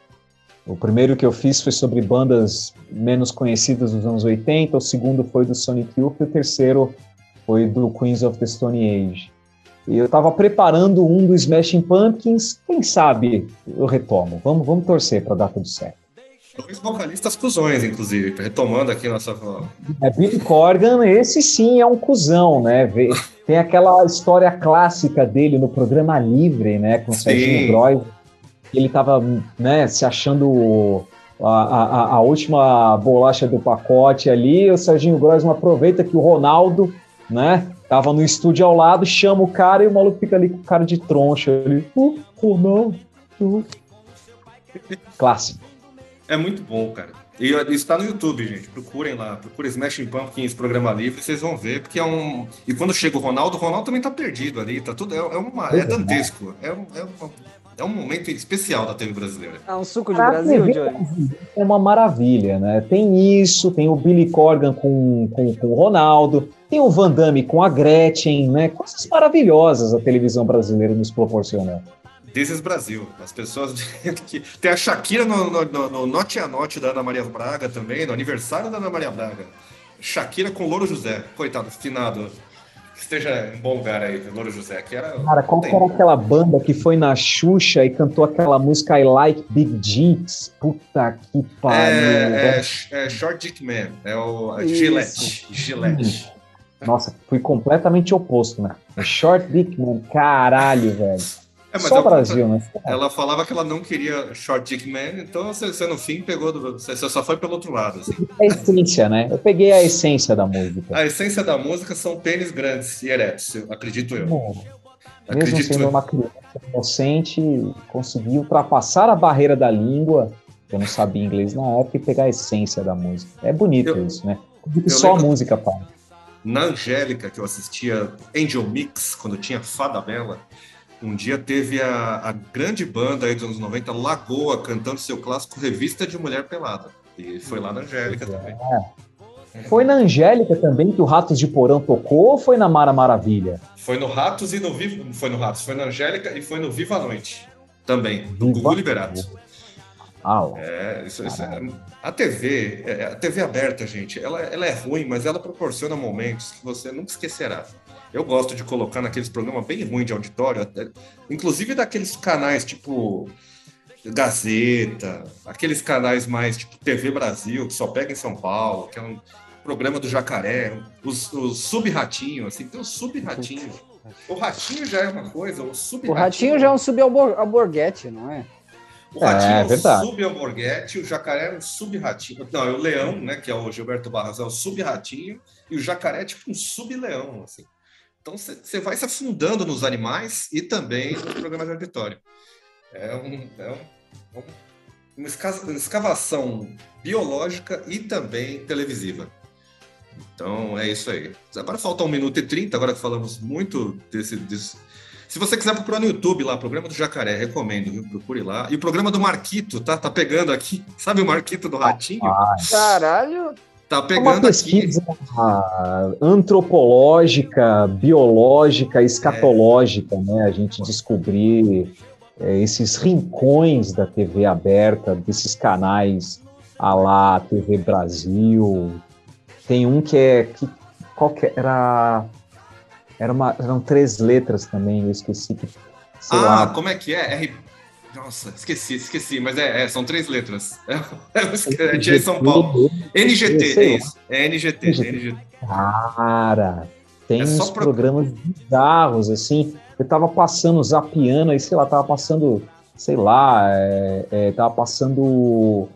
O primeiro que eu fiz foi sobre bandas menos conhecidas dos anos oitenta, o segundo foi do Sonic Youth e o terceiro foi do Queens of the Stone Age. E eu estava preparando um do Smashing Pumpkins, quem sabe eu retomo. Vamos, vamos torcer para dar tudo certo. Dois vocalistas cuzões, inclusive, retomando aqui nossa... É, Billy Corgan, esse sim é um cuzão, né? Tem aquela história clássica dele no Programa Livre, né? Com o Serginho Grois. Ele estava, né, se achando a, a, a última bolacha do pacote ali. O Serginho Grois não aproveita que o Ronaldo, né, tava no estúdio ao lado, chama o cara e o maluco fica ali com cara de troncha. Ele, oh, Ronaldo. Clássico. É muito bom, cara. E isso está no YouTube, gente. Procurem lá. Procurem Smashing Pumpkins, Programa Livre, vocês vão ver, porque é um... E quando chega o Ronaldo, o Ronaldo também tá perdido ali, tá tudo... É, é, uma... é dantesco. É, um, é, uma... é um momento especial da T V brasileira. É um suco de Brasil, Johnny. É uma maravilha, né? Tem isso, tem o Billy Corgan com, com, com o Ronaldo, tem o Van Damme com a Gretchen, né? Coisas maravilhosas a televisão brasileira nos proporciona. This is Brasil. As pessoas... que tem a Shakira no, no, no, no Note a Note da Ana Maria Braga também, no aniversário da Ana Maria Braga. Shakira com Louro José. Coitado, finado. Que esteja em bom lugar aí, Louro José. Que era, Cara, qual que era aquela banda que foi na Xuxa e cantou aquela música I Like Big Dicks? Puta que pariu. É, é, é Short Dick Man. É o é Gillette. Gillette. Nossa, fui completamente oposto, né? Short Dick Man, caralho, velho. É, mas só o Brasil, né? Ela falava que ela não queria Short Dick Man, então você, você no fim pegou, do, você só foi pelo outro lado. Assim. A essência, né? Eu peguei a essência da música. A essência da música são pênis grandes e eretos, acredito eu. Bom, acredito mesmo sendo eu. Uma criança inocente, consegui ultrapassar a barreira da língua Eu não sabia inglês na época e pegar a essência da música. É bonito Eu- isso, né? eu Só a lembro- música fala. Na Angélica, que eu assistia Angel Mix, quando tinha Fada Bela, um dia teve a, a grande banda aí dos anos noventa, Lagoa, cantando seu clássico Revista de Mulher Pelada. E foi lá na Angélica também. Foi na Angélica também que o Ratos de Porão tocou ou foi na Mara Maravilha? Foi no Ratos e no Viva. Não foi no Ratos, foi na Angélica e foi no Viva a Noite. Também, do Gugu Liberato. Ah, ó. É, isso, isso é- a T V, é, a T V aberta, gente, ela, ela é ruim, mas ela proporciona momentos que você nunca esquecerá. Eu gosto de colocar naqueles programas bem ruins de auditório, até- inclusive daqueles canais tipo Gazeta, aqueles canais mais tipo T V Brasil, que só pega em São Paulo, que é um programa do Jacaré, os, os sub-ratinho, assim, tem o sub-ratinho. O ratinho já é uma coisa, o O sub-ratinho... Ratinho já é um subalborguete, não é? O ratinho É, é, o verdade. sub-alborguete, o jacaré é um sub-ratinho. Não, é o leão, né, que é o Gilberto Barros, é o sub-ratinho, e o jacaré é tipo um sub-leão, assim. Então você vai se afundando nos animais e também nos programas de auditório. É, um, é um, um- uma esca- uma escavação biológica e também televisiva. Então é isso aí. Agora falta um minuto e trinta, agora que falamos muito desse, desse... Se você quiser procurar no YouTube lá, programa do Jacaré, recomendo, viu? Procure lá. E o programa do Marquito, tá? Tá pegando aqui. Sabe o Marquito do Ratinho? Caralho! Tá É uma pegando aqui. pesquisa ah, antropológica, biológica, escatológica, né? A gente descobrir eh, esses rincões da T V aberta, desses canais à lá T V Brasil. Tem um que é... Que, qual que era... Era uma, eram três letras também, eu esqueci. Que, sei Ah, lá. como é que é? R... Nossa, esqueci, esqueci, mas é, é, são três letras. É, é de São Paulo. N G T, Sei é lá. isso. É N G T, é N G T. Cara, tem É só uns pra- programas bizarros, assim. Eu tava passando, zapeando, aí, sei lá, tava passando, sei lá, é, é, tava passando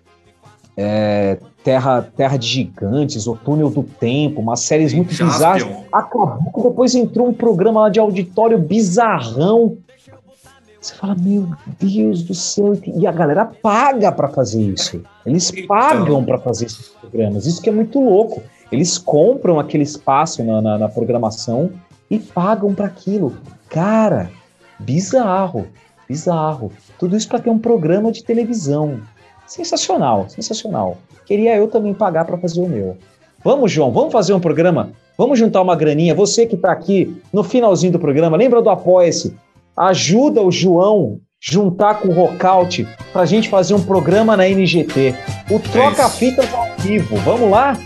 é, Terra, Terra de Gigantes, O Túnel do Tempo, umas séries muito Jaspion. bizarras. Acabou que depois entrou um programa lá de auditório bizarrão. Você fala, meu Deus do céu, e a galera paga pra fazer isso. Eles Então. pagam pra fazer esses programas. Isso que é muito louco. Eles compram aquele espaço na, na, na programação e pagam pra aquilo. Cara, bizarro, bizarro. Tudo isso pra ter um programa de televisão. Sensacional, sensacional. Queria eu também pagar pra fazer o meu. Vamos, João, vamos fazer um programa? Vamos juntar uma graninha. Você que tá aqui no finalzinho do programa, lembra do Apoia-se? Ajuda o João juntar com o Rockout pra gente fazer um programa na N G T. O Troca-Fitas ao vivo. Vamos lá?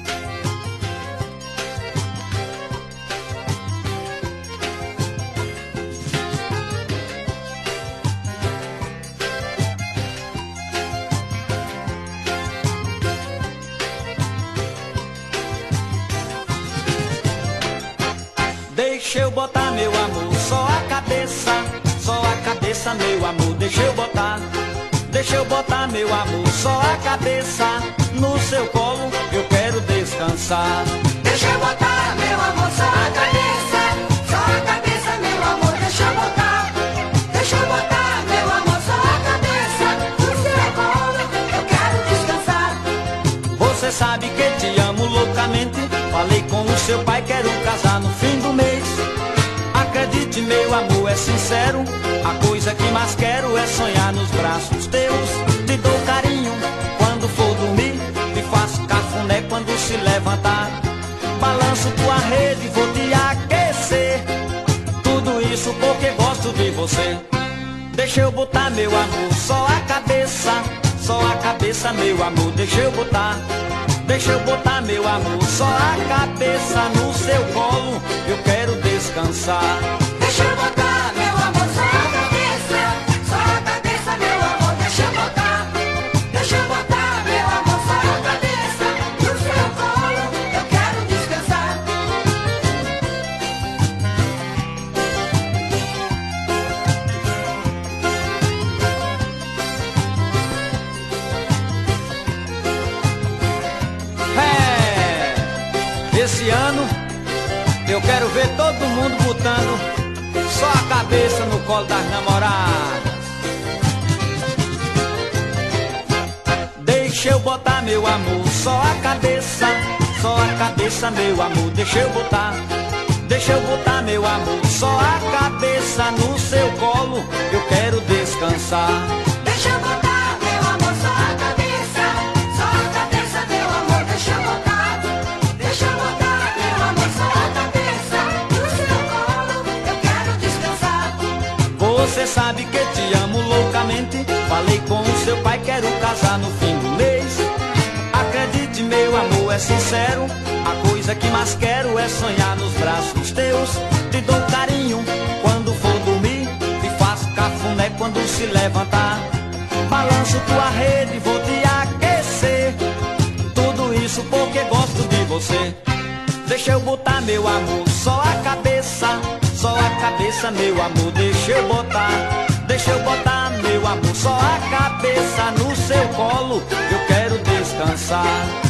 Deixa eu botar, meu amor, só a cabeça, só a cabeça, meu amor, deixa eu botar. Deixa eu botar, meu amor, só a cabeça no seu colo, eu quero descansar. Deixa eu botar, meu amor, só a cabeça, só a cabeça, meu amor, deixa eu botar. Deixa eu botar, meu amor, só a cabeça no seu colo, eu quero descansar. Você sabe que te amo loucamente, falei com o seu pai, quero casar no fim do mês. Acredite, meu amor, é sincero, a coisa que mais quero é sonhar nos braços teus. Te dou carinho quando for dormir, te faço cafuné quando se levantar. Balanço tua rede, vou te aquecer. Tudo isso porque gosto de você. Deixa eu botar, meu amor, só a cabeça, só a cabeça, meu amor, deixa eu botar. Deixa eu botar, meu amor, só a cabeça no seu colo, eu quero descansar. Deixa eu botar, meu amor, só a cabeça, só a cabeça, meu amor, deixa eu botar. Deixa eu botar, meu amor, só a cabeça no seu colo, eu quero descansar. É, esse ano eu quero ver todo mundo botando só a cabeça no colo das namoradas. Deixa eu botar, meu amor, só a cabeça, só a cabeça, meu amor, deixa eu botar. Deixa eu botar, meu amor, só a cabeça no seu colo, eu quero descansar. Deixa eu botar, meu amor, só a cabeça, só a cabeça, meu amor, deixa eu botar. Deixa eu botar, meu amor, só a cabeça no seu colo, eu quero descansar. Você sabe que te amo loucamente, falei com o seu pai, quero casar no fim do mês. Acredite, meu amor, é sincero, a coisa que mais quero é sonhar nos braços teus. Te dou carinho quando for dormir, te faço cafuné quando se levantar. Balanço tua rede, vou te aquecer, tudo isso porque gosto de você. Deixa eu botar, meu amor, só a cabeça, só a cabeça, meu amor, deixa eu botar. Deixa eu botar, meu amor, só a cabeça no seu colo, eu quero descansar.